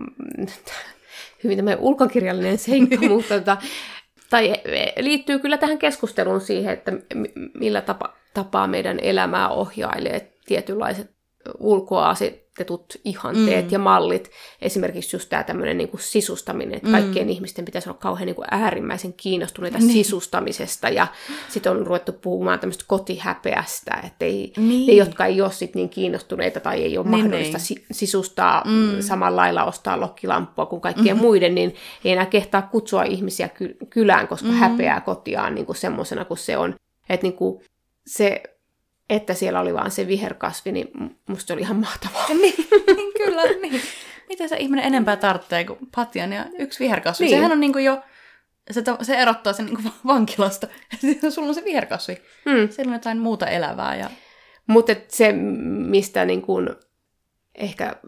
hyvin tämmöinen ulkokirjallinen seikka, mutta tai liittyy kyllä tähän keskusteluun siihen, että millä tapaa meidän elämää ohjailee tietynlaiset ulkoa asetetut ihanteet ja mallit. Esimerkiksi just tämä tämmöinen niin kuin sisustaminen, että kaikkien ihmisten pitäisi olla kauhean niin kuin äärimmäisen kiinnostuneita sisustamisesta, ja sitten on ruvettu puhumaan tämmöistä kotihäpeästä, että ne, jotka ei ole sit niin kiinnostuneita tai ei ole mahdollista sisustaa samalla lailla, ostaa lokkilamppua kuin kaikkien muiden, niin ei enää kehtaa kutsua ihmisiä kylään, koska häpeää kotiaan niin kuin semmoisena kuin se on. Että niin kuin se, että siellä oli vaan se viherkasvi, niin musta se oli ihan mahtavaa. Niin, kyllä, niin. Mitä se ihminen enempää tarvitsee kuin patjan ja yksi viherkasvi? Niin. Sehän on niin kuin jo, se erottaa sen niin kuin vankilasta. Sulla on se viherkasvi. Siellä on jotain muuta elävää. Ja... Mutta se, mistä niin kuin ehkä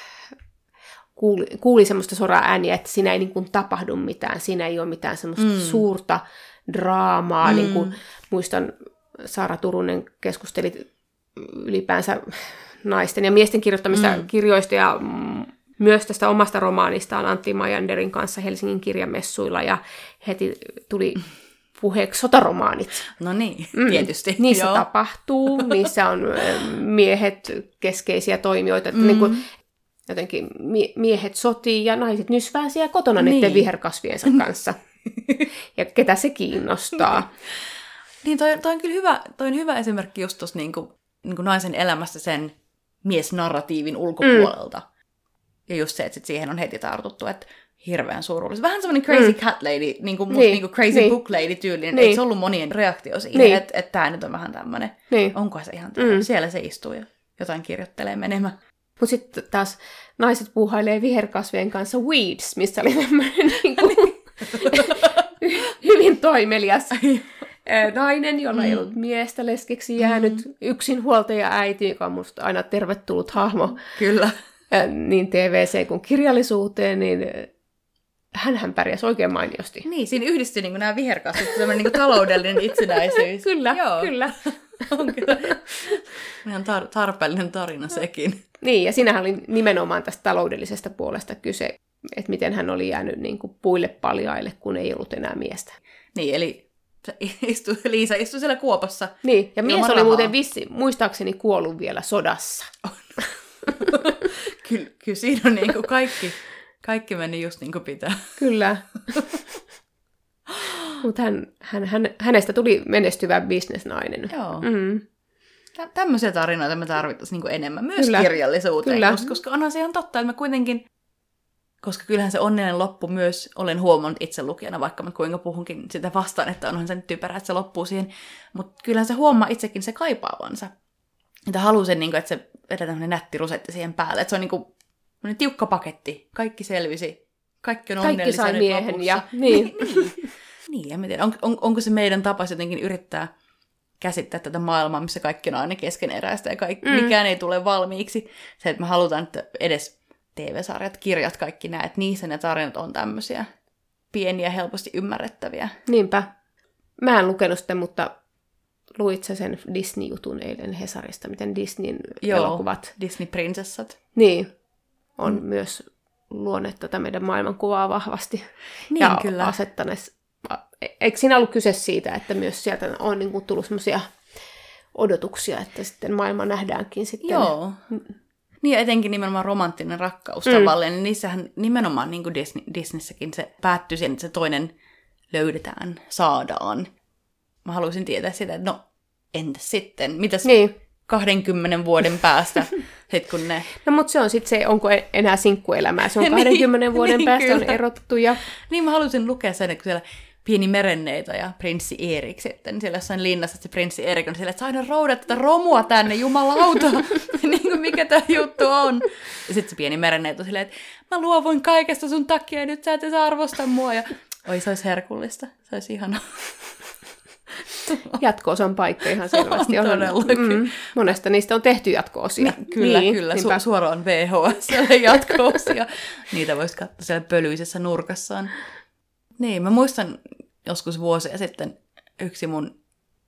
kuuli semmoista soraa ääniä, että siinä ei niin kuin tapahdu mitään. Siinä ei ole mitään semmoista suurta draamaa. Niin kuin muistan, Saara Turunen keskusteli ylipäänsä naisten ja miesten kirjoittamista kirjoista ja myös tästä omasta romaanistaan Antti Majanderin kanssa Helsingin kirjamessuilla, ja heti tuli puheeksi sotaromaanit. No niin, tietysti. Niissä tapahtuu, niissä on miehet keskeisiä toimijoita, että niin kuin jotenkin miehet sotii ja naiset nysvää siellä kotona niiden viherkasviensa kanssa. Ja ketä se kiinnostaa. Niin, toi on kyllä hyvä esimerkki just tuossa niin kuin naisen elämästä sen miesnarratiivin ulkopuolelta. Ja just se, että siihen on heti tartuttu, että hirveän surullista. Vähän semmoinen crazy cat lady, niin kuin crazy book lady tyylinen. Eikö se ollut monien reaktio siihen, että tämä nyt on vähän tämmöinen, onko se ihan tämmöinen. Siellä se istuu ja jotain kirjoittelee menemään. Mutta sitten taas naiset puuhailee viherkasvien kanssa Weeds, missä oli tämmöinen niin kuin hyvin toimelias nainen, jolla ei ollut miestä leskeksi jäänyt, yksinhuoltaja äiti, joka on musta aina tervetullut hahmo. Kyllä. Niin TVC kuin kirjallisuuteen, niin hänhän pärjäsi oikein mainiosti. Niin, siinä yhdistyi niin nämä viherkasvit, tämmöinen niin taloudellinen itsenäisyys. Kyllä, kyllä. On kyllä ihan tarpeellinen tarina sekin. Niin, ja siinähän oli nimenomaan tästä taloudellisesta puolesta kyse, että miten hän oli jäänyt niin kuin puille paljaille, kun ei ollut enää miestä. Niin, eli Liisa istui siellä kuopassa. Niin, ja mies oli muuten muistaakseni kuollut vielä sodassa. Kyllä siinä on niin kuin kaikki meni just niin kuin pitää. Kyllä. Mutta hänestä tuli menestyvä bisnesnainen. Joo. Tämmöisiä tarinoita me tarvittaisiin niin kuin enemmän myös kirjallisuuteen. Koska onhan se ihan totta, että me kuitenkin Koska kyllähän se onnellinen loppu myös, olen huomannut itse lukijana, vaikka mä kuinka puhunkin sitä vastaan, että onhan se nyt typerä, että se loppuu siihen. Mutta kyllähän se huomaa itsekin se kaipaavansa. Että haluaa sen, että se vedetään tämmöinen nätti rusetti siihen päälle. Että se on tiukka paketti. Kaikki selvisi. Kaikki on onnellisia sai nyt miehen lopussa. ja niin. Niin, en tiedä. Onko se meidän tapa jotenkin yrittää käsittää tätä maailmaa, missä kaikki on aina keskeneräistä ja mikään ei tule valmiiksi. Se, että me halutaan, että edes TV-sarjat, kirjat, kaikki nämä, että niissä ne tarinat on tämmöisiä pieniä, helposti ymmärrettäviä. Niinpä. Mä en lukenut sitä, mutta luit sä sen Disney-jutun eilen Hesarista, miten Disneyn elokuvat... Disney-prinsessat. Niin, on myös luoneet tätä meidän maailmankuvaa vahvasti. Niin, ja kyllä. asettaneet... Eikö siinä ollut kyse siitä, että myös sieltä on niin kuin tullut sellaisia odotuksia, että sitten maailma nähdäänkin sitten... Joo. Niin ja etenkin nimenomaan romanttinen rakkaus tavallaan, niin niissähän nimenomaan niin kuin Disneyssäkin se päättyy siihen, että se toinen löydetään, saadaan. Mä haluaisin tietää sitä, että no entäs sitten? Mitäs 20 vuoden päästä, sit kun ne... No mutta se on sitten se, onko enää sinkkuelämää. Se on 20 vuoden päästä on erottu ja... Niin mä haluaisin lukea sen, että kun siellä pieni merenneito ja prinssi Erik sitten, siellä jossain linnassa se prinssi Erik on siellä, että saadaan roudata tätä romua tänne, jumalauta, niin kuin mikä tämä juttu on. Ja sitten se pieni merenneito silleen, että mä luovuin kaikesta sun takia ja nyt sä et edes arvosta mua. Ja oi, se olisi herkullista, se olisi ihanaa. Jatko-osan paikka ihan selvästi. On todellakin. Monesta niistä on tehty jatko-osia. Kyllä, kyllä. Suoraan VHS:lle jatko-osia. Niitä voisi katsoa siellä pölyisessä nurkassaan. Niin, mä muistan joskus vuosia sitten yksi mun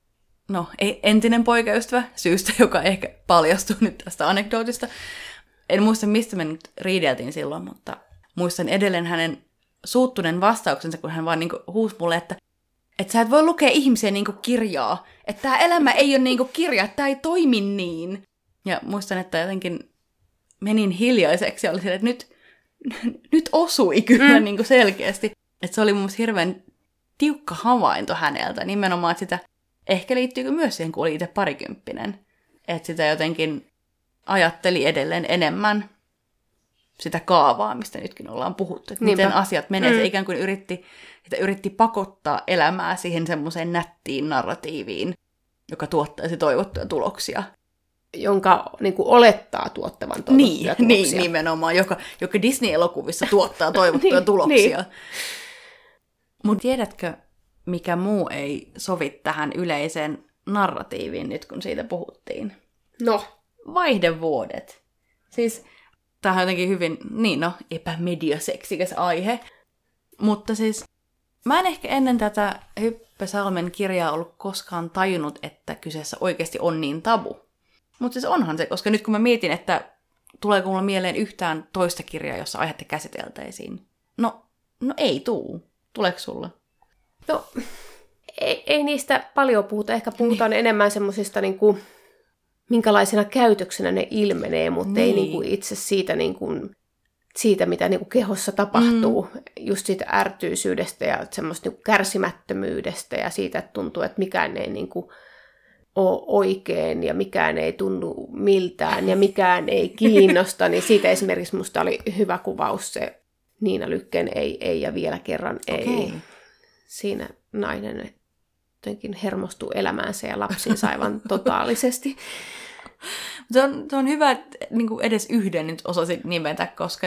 entinen poikaystävä syystä, joka ehkä paljastuu nyt tästä anekdootista. En muista, mistä me nyt riideltiin silloin, mutta muistan edelleen hänen suuttuneen vastauksensa, kun hän vaan niinku huusi mulle, että sä et voi lukea ihmisiä niinku kirjaa. Että tää elämä ei ole niinku kirja, että tää ei toimi niin. Ja muistan, että jotenkin menin hiljaiseksi ja oli sille, että nyt osui kyllä niinku selkeästi. Että se oli mun mielestä hirveän tiukka havainto häneltä. Nimenomaan, että sitä ehkä liittyykö myös siihen, kun oli itse parikymppinen. Että sitä jotenkin ajatteli edelleen enemmän sitä kaavaa, mistä nytkin ollaan puhuttu. Että miten asiat menee. Se ikään kuin yritti pakottaa elämää siihen semmoiseen nättiin narratiiviin, joka tuottaisi toivottuja tuloksia. Jonka niin kuin olettaa tuottavan toivottuja tuloksia. Niin, nimenomaan. Joka Disney-elokuvissa tuottaa toivottuja tuloksia. Niin. Mutta tiedätkö, mikä muu ei sovi tähän yleiseen narratiiviin nyt, kun siitä puhuttiin? No? Vaihdevuodet. Siis, tämä on jotenkin hyvin, epämediaseksikäs aihe. Mutta siis, mä en ehkä ennen tätä Hyppe Salmen kirjaa ollut koskaan tajunnut, että kyseessä oikeasti on niin tabu. Mutta siis onhan se, koska nyt kun mä mietin, että tuleeko mulla mieleen yhtään toista kirjaa, jossa aihetta käsiteltäisiin. No ei tuu. Tuleeko sulla? No, ei niistä paljon puhuta. Ehkä puhutaan enemmän semmoisista, niinku, minkälaisena käytöksenä ne ilmenee, mutta ei niinku, itse siitä, niinku, siitä mitä niinku, kehossa tapahtuu. Just siitä ärtyisyydestä ja semmoista niinku, kärsimättömyydestä ja siitä, että tuntuu, että mikään ei niinku, ole oikein ja mikään ei tunnu miltään ja mikään ei kiinnosta. Niin siitä esimerkiksi musta oli hyvä kuvaus se Niina Lykken ei ja vielä kerran ei. Siinä nainen jotenkin hermostuu elämäänsä ja lapsiinsa aivan totaalisesti. Se on hyvä, että niinku edes yhden nyt osasit nimetä, koska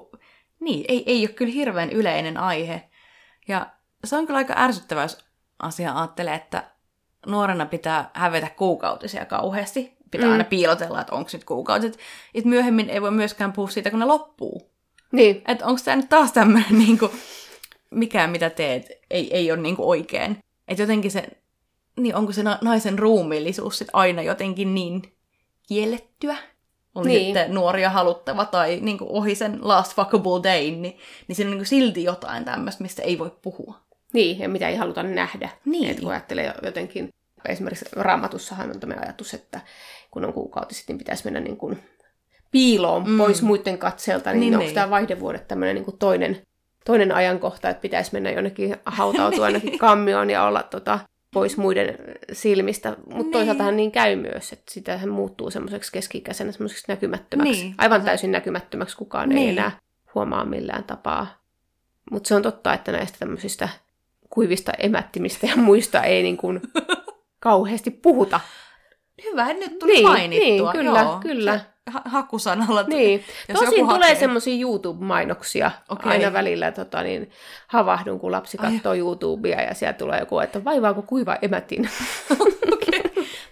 ei ole kyllä hirveän yleinen aihe. Ja se on kyllä aika ärsyttävä, jos asia ajattelee, että nuorena pitää hävetä kuukautisia kauheasti. Pitää aina piilotella, että onko nyt kuukautit. Et myöhemmin ei voi myöskään puhua siitä, kun ne loppuu. Niin. Että onko tämä nyt taas tämmöinen, mikään mitä teet ei ole oikein. Että jotenkin se, onko se naisen ruumiillisuus sit aina jotenkin niin kiellettyä? Oli sitten nuoria haluttava tai ohi sen last fuckable day, niin siinä on silti jotain tämmöistä, mistä ei voi puhua. Niin, ja mitä ei haluta nähdä. Niin. Että kun ajattelee jotenkin, esimerkiksi Raamatussahan on tämä ajatus, että kun on kuukautiset, niin pitäisi mennä piiloon pois muiden katseelta, niin onko tämä vaihdevuodet tämmöinen toinen ajankohta, että pitäisi mennä jonnekin hautautua ainakin kammioon ja olla pois muiden silmistä. Mutta toisaaltahan niin käy myös, että sitähän muuttuu semmoiseksi keski-ikäisenä semmoiseksi näkymättömäksi. Aivan täysin näkymättömäksi, kukaan ei enää huomaa millään tapaa. Mutta se on totta, että näistä tämmöisistä kuivista emättimistä ja muista ei niin kuin kauheasti puhuta. Hyvä, nyt tuli mainittua. Niin, kyllä, joo. kyllä. Hakusanalla. Niin. Tosin tulee semmoisia YouTube-mainoksia okay. aina välillä. Havahdun, kun lapsi katsoo YouTubea ja siellä tulee joku, että vaivaako kuiva emätin. Okay.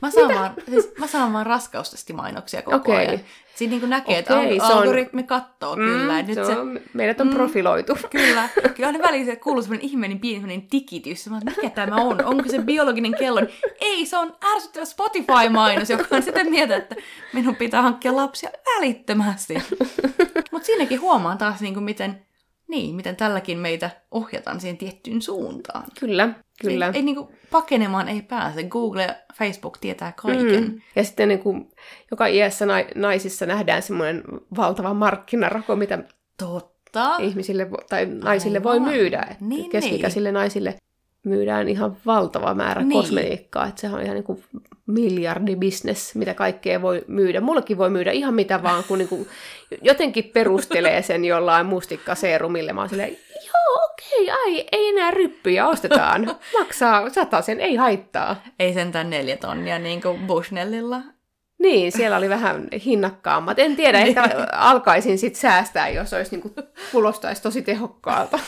Mä saan vaan raskaustestimainoksia koko ajan. Siinä niin kuin näkee, että algoritmi katsoo kyllä. Nyt meidät on profiloitu. Kyllä. Kyllä aina väliin kuuluu semmoinen ihmeinen pieni tikitys. Mikä tämä on? Onko se biologinen kello? Ei, se on ärsyttävä Spotify-mainos, joka on sitä mieltä, että minun pitää hankkia lapsia välittömästi. Mutta siinäkin huomaan taas, miten tälläkin meitä ohjataan siihen tiettyyn suuntaan. Kyllä. Kyllä. Ei pakenemaan ei pääse. Google ja Facebook tietää kaiken. Ja sitten joka iässä naisissa nähdään semmoinen valtava markkinarako, mitä ihmisille tai naisille voi myydä. Niin, keski-ikäisille naisille myydään ihan valtava määrä kosmetiikkaa. Että sehän on ihan miljardibisnes, mitä kaikkea voi myydä. Mullekin voi myydä ihan mitä vaan, kun jotenkin perustelee sen jollain mustikkaseerumille. Mä oon silleen, okei, ei enää ryppyjä, ostetaan. Maksaa 100 sen, ei haittaa. Ei sentään 4 tonnia niin kuin Bushnellilla. Niin, siellä oli vähän hinnakkaammat. En tiedä, ehkä alkaisin sitten säästää, jos olisi kuulostaisi tosi tehokkaalta.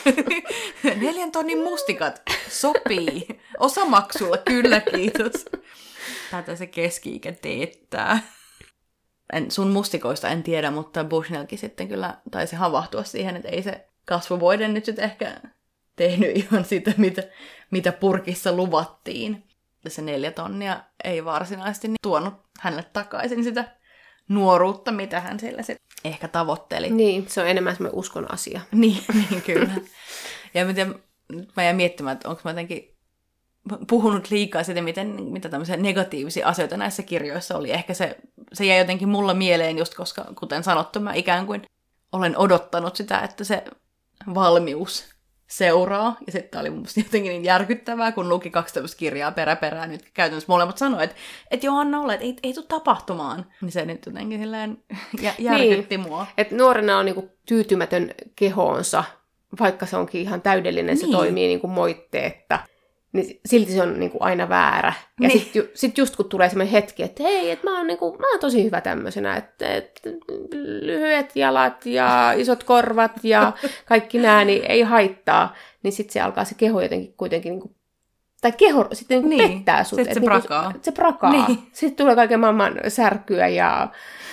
4 tonnin mustikat sopii. Osamaksulla, kyllä, kiitos. Tätä se keski-ikä teettää. Sun mustikoista en tiedä, mutta Bushnellkin sitten kyllä taisi havahtua siihen, että ei se kasvovoide nyt sitten ehkä tehnyt ihan sitä, mitä purkissa luvattiin. Se 4 tonnia ei varsinaisesti tuonut hänelle takaisin sitä nuoruutta, mitä hän sillä se ehkä tavoitteli. Niin, se on enemmän semmoinen uskon asia. Niin kyllä. Ja mä jäin miettimään, että onko mä jotenkin puhunut liikaa siitä, mitä tämmöisiä negatiivisia asioita näissä kirjoissa oli. Ehkä se jäi jotenkin mulla mieleen just, koska kuten sanottu, mä ikään kuin olen odottanut sitä, että se valmius seuraa. Ja sitten oli mun mielestä jotenkin niin järkyttävää, kun luki 2 tämmöistä kirjaa perään. Nyt käytännössä molemmat sanoi, että Johanna ole, että ei tule tapahtumaan. Niin se nyt jotenkin silleen järkytti mua. Että nuorena on tyytymätön kehoonsa, vaikka se onkin ihan täydellinen, se toimii moitteetta. Niin silti se on aina väärä. Ja niin. Sitten just kun tulee semmoinen hetki, että hei, että mä oon tosi hyvä tämmöisenä, että lyhyet jalat ja isot korvat ja kaikki nää, niin ei haittaa. Niin sitten se alkaa se keho jotenkin kuitenkin, tai keho sitten pettää sut. Sitten se prakaa. Se prakaa. Niin. Sitten tulee kaiken maailman särkyä ja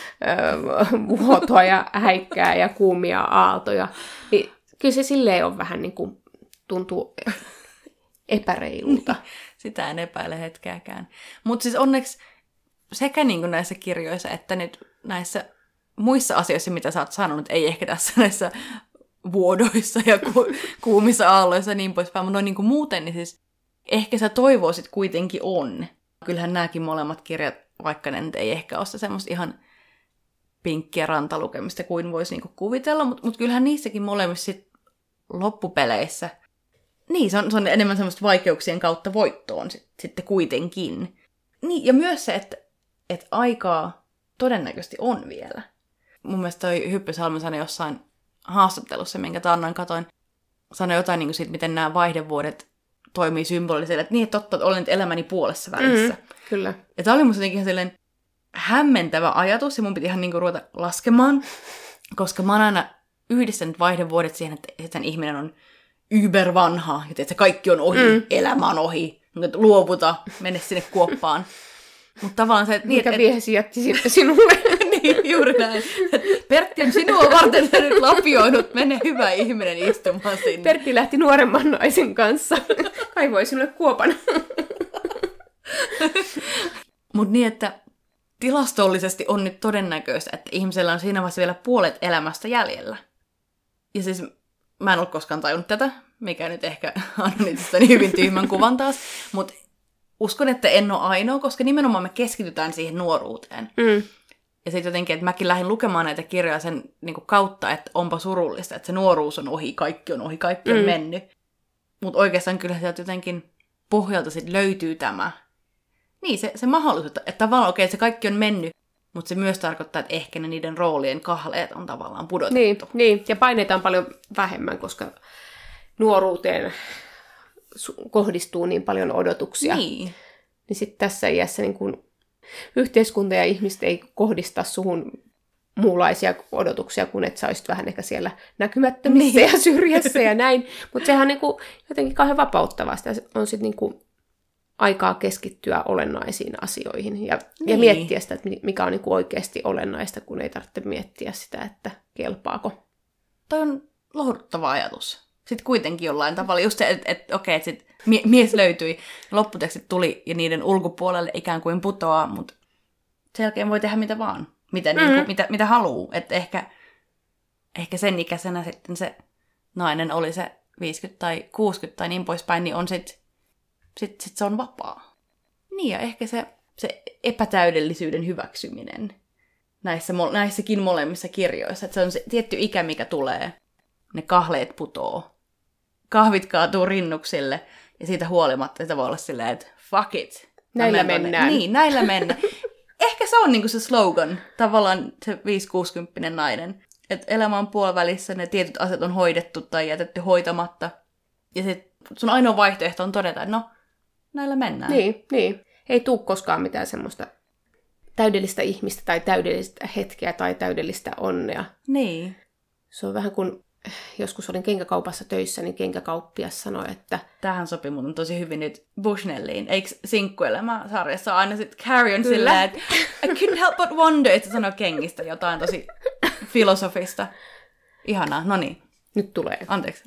vuotoa ja häikkää ja kuumia aaltoja. Niin kyllä se silleen on vähän tuntuu epäreilulta. Sitä en epäile hetkeäkään. Mutta siis onneksi sekä näissä kirjoissa, että nyt näissä muissa asioissa, mitä sä oot sanonut, ei ehkä tässä näissä vuodoissa ja kuumissa aalloissa ja niin poispäin, mutta noin muuten, niin siis ehkä sä toivoisit kuitenkin on. Kyllähän nämäkin molemmat kirjat, vaikka ne nyt ei ehkä ole semmoista ihan pinkkiä rantalukemista kuin voisi kuvitella, mutta kyllähän niissäkin molemmissa sit loppupeleissä niin, se on enemmän semmoista vaikeuksien kautta voittoon sitten kuitenkin. Niin, ja myös se, että aikaa todennäköisesti on vielä. Mun mielestä toi Hyppy Salmen sanoi jossain haastattelussa, minkä taannoin katoin, sanoi jotain siitä, miten nämä vaihdevuodet toimii symboliselle. Että niin, että totta, että olen nyt elämäni puolessa välissä. Kyllä. Ja tämä oli musta jotenkin ihan sellainen hämmentävä ajatus, ja mun piti ihan ruveta laskemaan, koska mä oon aina yhdistänyt vaihdevuodet siihen, että sen ihminen on ybervanha, että kaikki on ohi, elämä on ohi, luovuta, mene sinne kuoppaan. Mutta tavallaan se, että mikä viehesi jätti sitten sinulle. Niin, juuri näin. Pertti on sinua varten nyt lapioinut, mene hyvä ihminen istumaan sinne. Pertti lähti nuoremman naisen kanssa, kaivoi sinulle kuopan. Mutta niin, että tilastollisesti on nyt todennäköistä, että ihmisellä on siinä vaiheessa vielä puolet elämästä jäljellä. Ja siis mä en ole koskaan tajunnut tätä, mikä nyt ehkä annan itsestäni hyvin tyhmän kuvan taas, mutta uskon, että en ole ainoa, koska nimenomaan me keskitytään siihen nuoruuteen. Ja sitten jotenkin, että mäkin lähdin lukemaan näitä kirjoja sen kautta, että onpa surullista, että se nuoruus on ohi, kaikki on mennyt. Mutta oikeastaan kyllä sieltä jotenkin pohjalta sitten löytyy tämä. Niin, se mahdollisuus, että tavallaan okei, se kaikki on mennyt, mutta se myös tarkoittaa, että ehkä ne niiden roolien kahleet on tavallaan pudotettu. Niin, ja paineita on paljon vähemmän, koska nuoruuteen kohdistuu niin paljon odotuksia. Niin sitten tässä iässä niin kun yhteiskunta ja ihmiset ei kohdista suhun muunlaisia odotuksia, kuin että sä olisit vähän ehkä siellä näkymättömissä ja syrjässä ja näin. Mutta sehän on niin kuin jotenkin kauhean vapauttavaa. Sitä on sitten niin kuin aikaa keskittyä olennaisiin asioihin ja miettiä sitä, että mikä on niin kuin oikeasti olennaista, kun ei tarvitse miettiä sitä, että kelpaako. Toi on lohduttava ajatus. Sitten kuitenkin jollain tavalla just se, että okei, että sit mies löytyi, lopputekstit tuli ja niiden ulkopuolelle ikään kuin putoaa, mutta sen jälkeen voi tehdä mitä vaan. Mitä haluaa. Että ehkä sen ikäisenä sitten se nainen oli se 50 tai 60 tai niin poispäin, niin on sit se on vapaa. Niin ja ehkä se epätäydellisyyden hyväksyminen näissäkin molemmissa kirjoissa. Että se on se tietty ikä, mikä tulee. Ne kahleet putoo. Kahvit kaatuu rinnuksille ja siitä huolimatta sitä voi olla silleen, että fuck it. Näillä mennään. Niin, näillä mennään. Ehkä se on niinku se slogan, tavallaan se 5-60 nainen. Että elämä on puolivälissä, ne tietyt asiat on hoidettu tai jätetty hoitamatta. Ja sit sun ainoa vaihtoehto on todeta, että no, näillä mennään. Niin. Ei tule koskaan mitään semmoista täydellistä ihmistä tai täydellistä hetkeä tai täydellistä onnea. Niin. Se on vähän kuin joskus olin kenkäkaupassa töissä, niin kenkäkauppias sanoi, että tähän sopii muuten tosi hyvin nyt Bushnelliin. Eikö Sinkkuelämä-sarjassa aina sitten Carrie on sillä, että I couldn't help but wonder, että sanoo kengistä jotain tosi filosofista. Ihanaa, no niin. Nyt tulee. Anteeksi.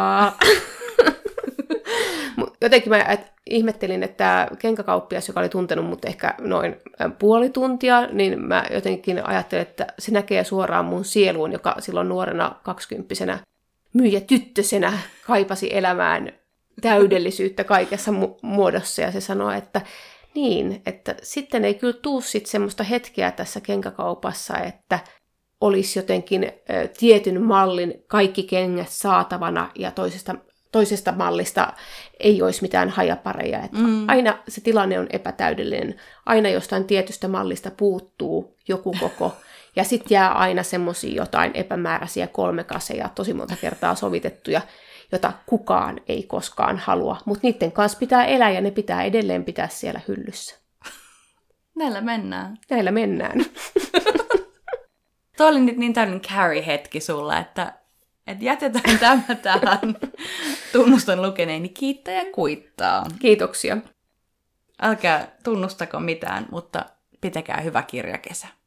Jotenkin mä ihmettelin, että kenkäkauppias, joka oli tuntenut mut ehkä noin puoli tuntia, niin mä jotenkin ajattelin, että se näkee suoraan mun sieluun, joka silloin nuorena 20-vuotiaana myyjätyttösenä kaipasi elämään täydellisyyttä kaikessa muodossa. Ja se sanoi, että niin, että sitten ei kyllä tuu sit semmoista hetkeä tässä kenkäkaupassa, että olisi jotenkin tietyn mallin kaikki kengät saatavana ja toisesta mallista ei olisi mitään hajapareja. Että aina se tilanne on epätäydellinen. Aina jostain tietystä mallista puuttuu joku koko. Ja sitten jää aina semmoisia jotain epämääräisiä kolmekaseja, tosi monta kertaa sovitettuja, jota kukaan ei koskaan halua. Mutta niiden kanssa pitää elää ja ne pitää edelleen pitää siellä hyllyssä. Näillä mennään. Näillä mennään. Tuo oli nyt niin täydellinen Carrie-hetki sulla, että jätetään tämä tähän. Tunnustan lukeneeni, kiittää ja kuittaa. Kiitoksia. Älkää tunnustako mitään, mutta pitäkää hyvä kirjakesä.